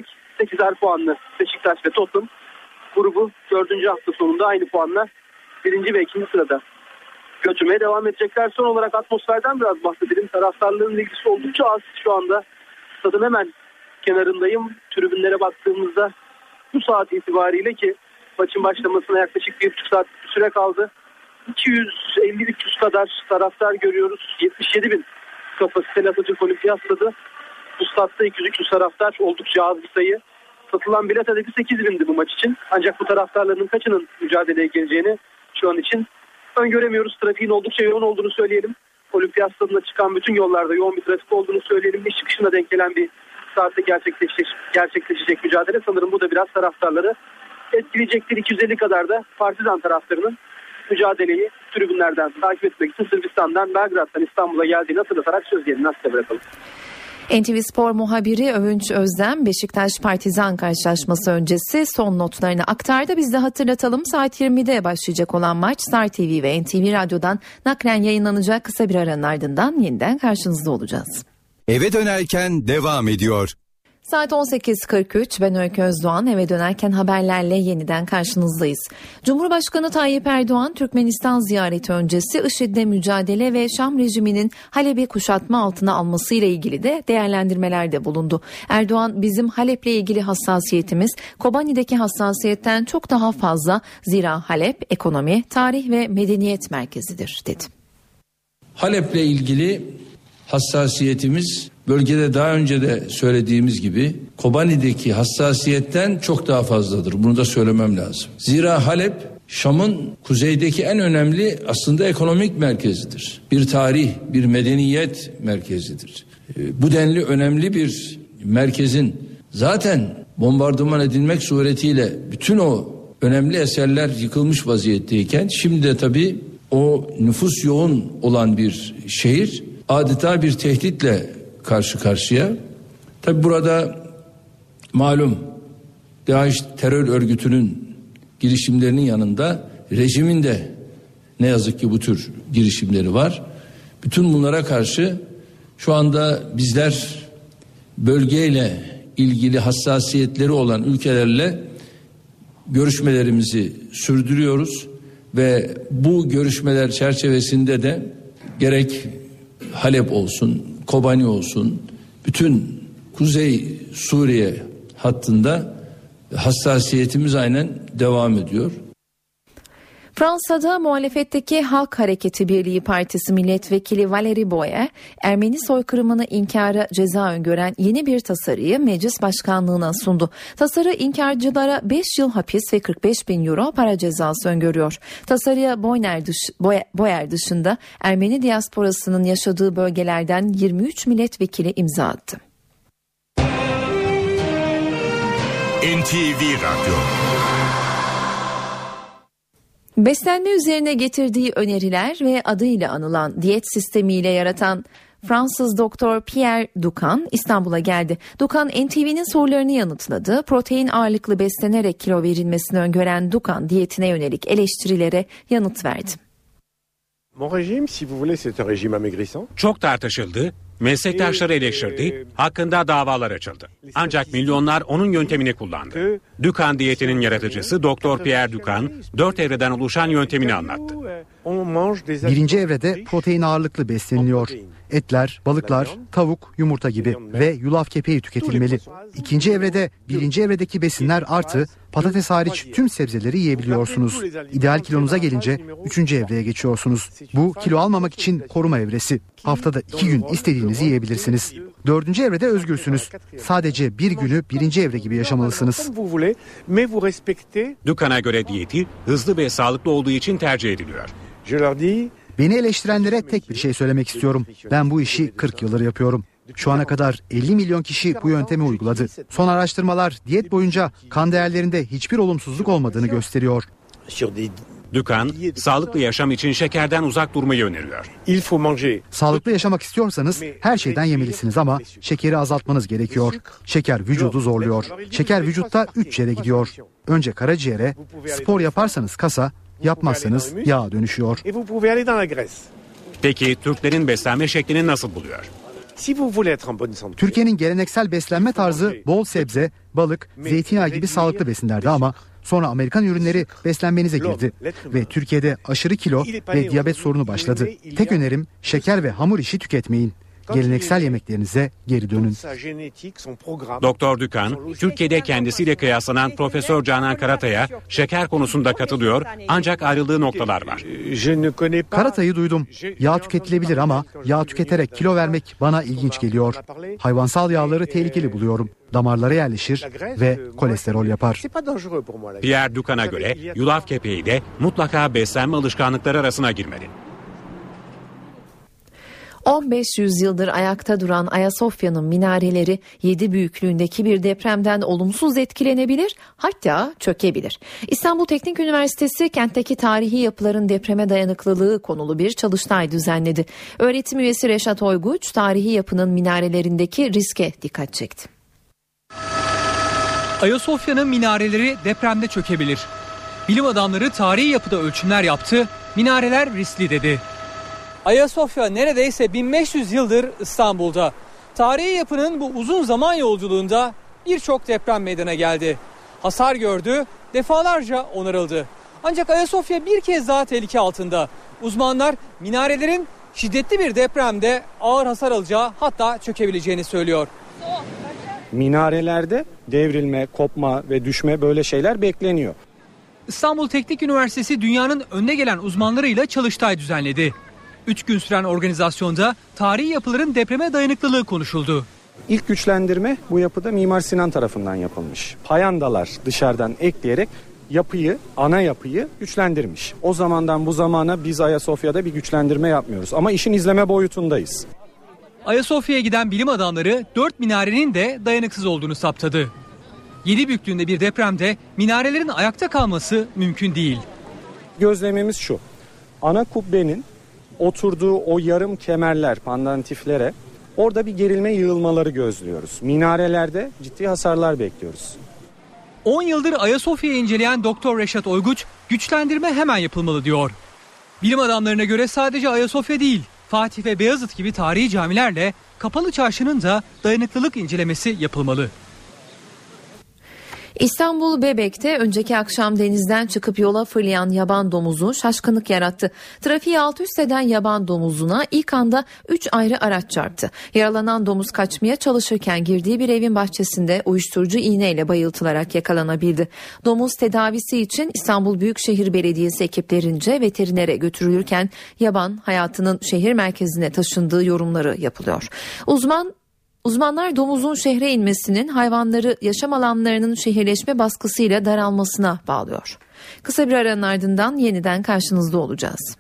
sekizer puanlı Beşiktaş ve Tottenham grubu dördüncü hafta sonunda aynı puanla birinci ve ikinci sırada götürmeye devam edecekler. Son olarak atmosferden biraz bahsedelim. Taraftarların ilgisi oldukça az şu anda. Stadın hemen kenarındayım. Tribünlere baktığımızda bu saat itibariyle, ki maçın başlamasına yaklaşık bir buçuk saat bir süre kaldı, iki yüz elli üç yüz kadar taraftar görüyoruz. yetmiş yedi bin kapasiteli Atatürk Olimpiyat Stadı. Bu statta iki yüz üç yüz taraftar oldukça az bir sayı. Satılan bilet adedi sekiz bindi bu maç için. Ancak bu taraftarların kaçının mücadeleye geleceğini şu an için öngöremiyoruz. Trafiğin oldukça yoğun olduğunu söyleyelim. Olimpiyat Stadı'na çıkan bütün yollarda yoğun bir trafik olduğunu söyleyelim. İş çıkışına denk gelen bir saatte gerçekleşecek, gerçekleşecek mücadele sanırım bu da biraz taraftarları etkileyecektir. iki yüz elli kadar da Partizan taraftarının mücadeleyi tribünlerden takip etmek için Sırbistan'dan, Belgrad'dan İstanbul'a geldiğini hatırlatarak söz gelini nasıl bırakalım. N T V Spor muhabiri Övünç Özdem Beşiktaş Partizan karşılaşması öncesi son notlarını aktardı. Biz de hatırlatalım, saat yirmide başlayacak olan maç Star T V ve N T V Radyo'dan naklen yayınlanacak. Kısa bir aranın ardından yeniden karşınızda olacağız. Eve dönerken devam ediyor. Saat on sekiz kırk üç, ben Öykü Özdoğan, eve dönerken haberlerle yeniden karşınızdayız. Cumhurbaşkanı Tayyip Erdoğan, Türkmenistan ziyareti öncesi IŞİD'le mücadele ve Şam rejiminin Halep'i kuşatma altına almasıyla ilgili de değerlendirmelerde bulundu. Erdoğan, bizim Halep'le ilgili hassasiyetimiz Kobani'deki hassasiyetten çok daha fazla, zira Halep ekonomi, tarih ve medeniyet merkezidir dedi. Halep'le ilgili hassasiyetimiz bölgede daha önce de söylediğimiz gibi Kobani'deki hassasiyetten çok daha fazladır. Bunu da söylemem lazım. Zira Halep Şam'ın kuzeydeki en önemli aslında ekonomik merkezidir. Bir tarih, bir medeniyet merkezidir. Bu denli önemli bir merkezin zaten bombardıman edilmek suretiyle bütün o önemli eserler yıkılmış vaziyetteyken şimdi de tabii o nüfus yoğun olan bir şehir adeta bir tehditle karşı karşıya. Tabi burada malum DAEŞ terör örgütünün girişimlerinin yanında rejimin de ne yazık ki bu tür girişimleri var. Bütün bunlara karşı şu anda bizler bölgeyle ilgili hassasiyetleri olan ülkelerle görüşmelerimizi sürdürüyoruz ve bu görüşmeler çerçevesinde de gerek Halep olsun, Kobani olsun, bütün Kuzey Suriye hattında hassasiyetimiz aynen devam ediyor. Fransa'da muhalefetteki Halk Hareketi Birliği Partisi milletvekili Valérie Boyer, Ermeni soykırımını inkara ceza öngören yeni bir tasarıyı meclis başkanlığına sundu. Tasarı inkarcılara beş yıl hapis ve kırk beş bin euro para cezası öngörüyor. Tasarıya Boyer, dış, Boyer dışında Ermeni diasporasının yaşadığı bölgelerden yirmi üç milletvekili imza attı. N T V Radyo. Beslenme üzerine getirdiği öneriler ve adıyla anılan diyet sistemiyle yaratan Fransız doktor Pierre Ducan İstanbul'a geldi. Ducan N T V'nin sorularını yanıtladı. Protein ağırlıklı beslenerek kilo verilmesini öngören Ducan diyetine yönelik eleştirilere yanıt verdi. Çok tartışıldı, meslektaşları eleştirdi, hakkında davalar açıldı. Ancak milyonlar onun yöntemini kullandı. Ducan diyetinin yaratıcısı doktor Pierre Ducan, dört evreden oluşan yöntemini anlattı. Birinci evrede protein ağırlıklı besleniliyor. Etler, balıklar, tavuk, yumurta gibi ve yulaf kepeği tüketilmeli. İkinci evrede birinci evredeki besinler artı patates hariç tüm sebzeleri yiyebiliyorsunuz. İdeal kilonuza gelince üçüncü evreye geçiyorsunuz. Bu kilo almamak için koruma evresi. Haftada iki gün istediğinizi yiyebilirsiniz. Dördüncü evrede özgürsünüz. Sadece bir günü birinci evre gibi yaşamalısınız. Ducan'a göre diyeti hızlı ve sağlıklı olduğu için tercih ediliyor. Beni eleştirenlere tek bir şey söylemek istiyorum. Ben bu işi kırk yıldır yapıyorum. Şu ana kadar elli milyon kişi bu yöntemi uyguladı. Son araştırmalar diyet boyunca kan değerlerinde hiçbir olumsuzluk olmadığını gösteriyor. Ducan, sağlıklı yaşam için şekerden uzak durmayı öneriyor. Sağlıklı yaşamak istiyorsanız her şeyden yemelisiniz ama şekeri azaltmanız gerekiyor. Şeker vücudu zorluyor. Şeker vücutta üç yere gidiyor. Önce karaciğere, spor yaparsanız kasa, yapmazsanız yağa dönüşüyor. Peki Türklerin beslenme şeklini nasıl buluyor? Türkiye'nin geleneksel beslenme tarzı bol sebze, balık, zeytinyağı gibi sağlıklı besinlerdi ama sonra Amerikan ürünleri beslenmenize girdi ve Türkiye'de aşırı kilo ve diyabet sorunu başladı. Tek önerim şeker ve hamur işi tüketmeyin. Geleneksel yemeklerinize geri dönün. Doktor Dükan, Türkiye'de kendisiyle kıyaslanan Profesör Canan Karatay'a şeker konusunda katılıyor ancak ayrıldığı noktalar var. Karatay'ı duydum. Yağ tüketilebilir ama yağ tüketerek kilo vermek bana ilginç geliyor. Hayvansal yağları tehlikeli buluyorum. Damarlara yerleşir ve kolesterol yapar. Pierre Ducan'a göre yulaf kepeği de mutlaka beslenme alışkanlıkları arasına girmeli. on beş yüzyıldır ayakta duran Ayasofya'nın minareleri yedi büyüklüğündeki bir depremden olumsuz etkilenebilir, hatta çökebilir. İstanbul Teknik Üniversitesi kentteki tarihi yapıların depreme dayanıklılığı konulu bir çalıştay düzenledi. Öğretim üyesi Reşat Oyguç, tarihi yapının minarelerindeki riske dikkat çekti. Ayasofya'nın minareleri depremde çökebilir. Bilim adamları tarihi yapıda ölçümler yaptı, minareler riskli dedi. Ayasofya neredeyse bin beş yüz yıldır İstanbul'da. Tarihi yapının bu uzun zaman yolculuğunda birçok deprem meydana geldi. Hasar gördü, defalarca onarıldı. Ancak Ayasofya bir kez daha tehlike altında. Uzmanlar minarelerin şiddetli bir depremde ağır hasar alacağı, hatta çökebileceğini söylüyor. Minarelerde devrilme, kopma ve düşme, böyle şeyler bekleniyor. İstanbul Teknik Üniversitesi dünyanın önde gelen uzmanlarıyla çalıştay düzenledi. Üç gün süren organizasyonda tarihi yapıların depreme dayanıklılığı konuşuldu. İlk güçlendirme bu yapıda Mimar Sinan tarafından yapılmış. Payandalar dışarıdan ekleyerek yapıyı, ana yapıyı güçlendirmiş. O zamandan bu zamana biz Ayasofya'da bir güçlendirme yapmıyoruz ama işin izleme boyutundayız. Ayasofya'ya giden bilim adamları dört minarenin de dayanıksız olduğunu saptadı. yedi büyüklüğünde bir depremde minarelerin ayakta kalması mümkün değil. Gözlemimiz şu: ana kubbenin oturduğu o yarım kemerler, pandantiflere orada bir gerilme yığılmaları gözlüyoruz. Minarelerde ciddi hasarlar bekliyoruz. on yıldır Ayasofya'yı inceleyen Doktor Reşat Oyguç, güçlendirme hemen yapılmalı diyor. Bilim adamlarına göre sadece Ayasofya değil, Fatih ve Beyazıt gibi tarihi camilerle Kapalı Çarşı'nın da dayanıklılık incelemesi yapılmalı. İstanbul Bebek'te önceki akşam denizden çıkıp yola fırlayan yaban domuzu şaşkınlık yarattı. Trafiği alt üst eden yaban domuzuna ilk anda üç ayrı araç çarptı. Yaralanan domuz kaçmaya çalışırken girdiği bir evin bahçesinde uyuşturucu iğneyle bayıltılarak yakalanabildi. Domuz tedavisi için İstanbul Büyükşehir Belediyesi ekiplerince veterinere götürülürken yaban hayatının şehir merkezine taşındığı yorumları yapılıyor. Uzman Uzmanlar domuzun şehre inmesinin hayvanları yaşam alanlarının şehirleşme baskısıyla daralmasına bağlıyor. Kısa bir aranın ardından yeniden karşınızda olacağız.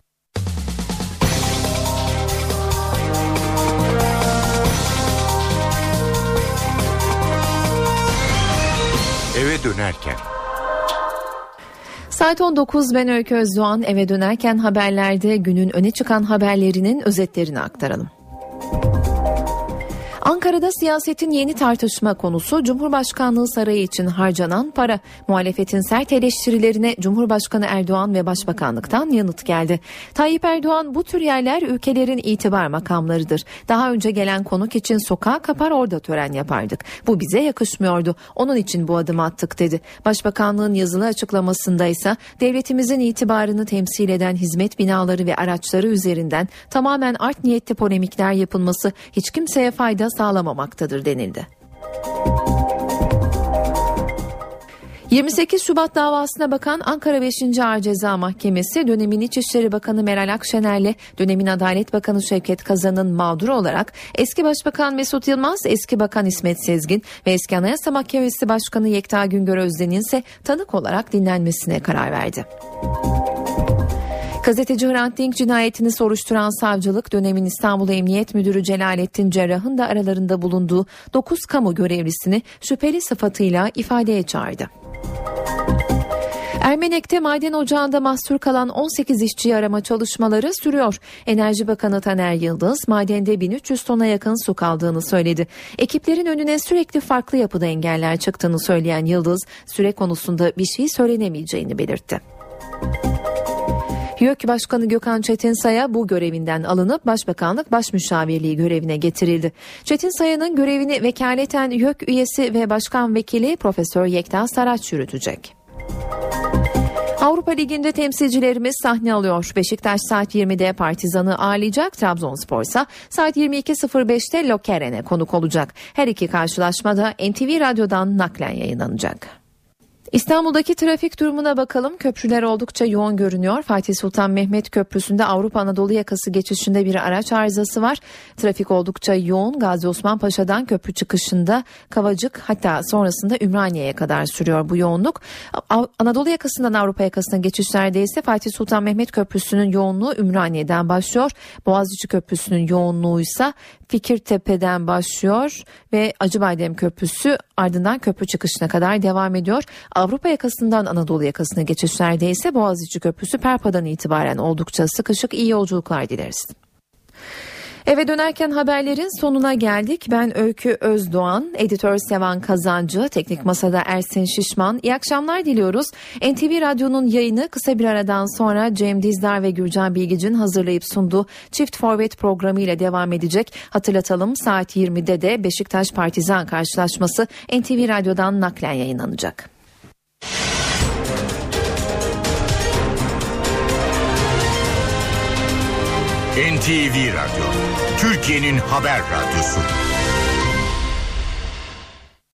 Eve dönerken. Saat on dokuz, ben Öykü Özdoğan. Eve dönerken haberlerde günün öne çıkan haberlerinin özetlerini aktaralım. Ankara'da siyasetin yeni tartışma konusu Cumhurbaşkanlığı Sarayı için harcanan para. Muhalefetin sert eleştirilerine Cumhurbaşkanı Erdoğan ve Başbakanlıktan yanıt geldi. Tayyip Erdoğan, bu tür yerler ülkelerin itibar makamlarıdır. Daha önce gelen konuk için sokağa kapar orada tören yapardık. Bu bize yakışmıyordu. Onun için bu adımı attık dedi. Başbakanlığın yazılı açıklamasında ise devletimizin itibarını temsil eden hizmet binaları ve araçları üzerinden tamamen art niyetli polemikler yapılması hiç kimseye fayda sağlamamaktadır denildi. yirmi sekiz Şubat davasına bakan Ankara beşinci Ağır Ceza Mahkemesi dönemin İçişleri Bakanı Meral Akşener'le dönemin Adalet Bakanı Şevket Kazan'ın mağduru olarak eski Başbakan Mesut Yılmaz, eski Bakan İsmet Sezgin ve eski Anayasa Mahkemesi Başkanı Yekta Güngör Özden'in ise tanık olarak dinlenmesine karar verdi. Gazeteci Hrant Dink cinayetini soruşturan savcılık dönemin İstanbul Emniyet Müdürü Celalettin Cerrah'ın da aralarında bulunduğu dokuz kamu görevlisini şüpheli sıfatıyla ifadeye çağırdı. Ermenek'te maden ocağında mahsur kalan on sekiz işçiyi arama çalışmaları sürüyor. Enerji Bakanı Taner Yıldız, madende bin üç yüz tona yakın su kaldığını söyledi. Ekiplerin önüne sürekli farklı yapıda engeller çıktığını söyleyen Yıldız, süre konusunda bir şey söylenemeyeceğini belirtti. YÖK Başkanı Gökhan Çetinsay'a bu görevinden alınıp Başbakanlık Başmüşavirliği görevine getirildi. Çetinsay'ın görevini vekaleten YÖK üyesi ve başkan vekili Profesör Yekta Saraç yürütecek. Avrupa Ligi'nde temsilcilerimiz sahne alıyor. Beşiktaş saat yirmide Partizan'ı ağırlayacak. Trabzonspor ise saat yirmi iki sıfır beşte Lokeren'e konuk olacak. Her iki karşılaşma da N T V Radyo'dan naklen yayınlanacak. İstanbul'daki trafik durumuna bakalım. Köprüler oldukça yoğun görünüyor. Fatih Sultan Mehmet Köprüsü'nde Avrupa Anadolu yakası geçişinde bir araç arızası var. Trafik oldukça yoğun. Gazi Osman Paşa'dan köprü çıkışında Kavacık, hatta sonrasında Ümraniye'ye kadar sürüyor bu yoğunluk. Anadolu yakasından Avrupa yakasına geçişlerde ise Fatih Sultan Mehmet Köprüsü'nün yoğunluğu Ümraniye'den başlıyor. Boğaziçi Köprüsü'nün yoğunluğu ise Fikirtepe'den başlıyor ve Acıbadem Köprüsü ardından köprü çıkışına kadar devam ediyor. Avrupa yakasından Anadolu yakasına geçişlerde ise Boğaziçi Köprüsü Perpa'dan itibaren oldukça sıkışık. İyi yolculuklar dileriz. Eve dönerken haberlerin sonuna geldik. Ben Öykü Özdoğan, editör Sevan Kazancı, teknik masada Ersin Şişman. İyi akşamlar diliyoruz. N T V Radyo'nun yayını kısa bir aradan sonra Cem Dizdar ve Gürcan Bilgic'in hazırlayıp sunduğu Çift Forvet programı ile devam edecek. Hatırlatalım, saat yirmide de Beşiktaş Partizan karşılaşması N T V Radyo'dan naklen yayınlanacak. N T V Radyo, Türkiye'nin haber radyosu.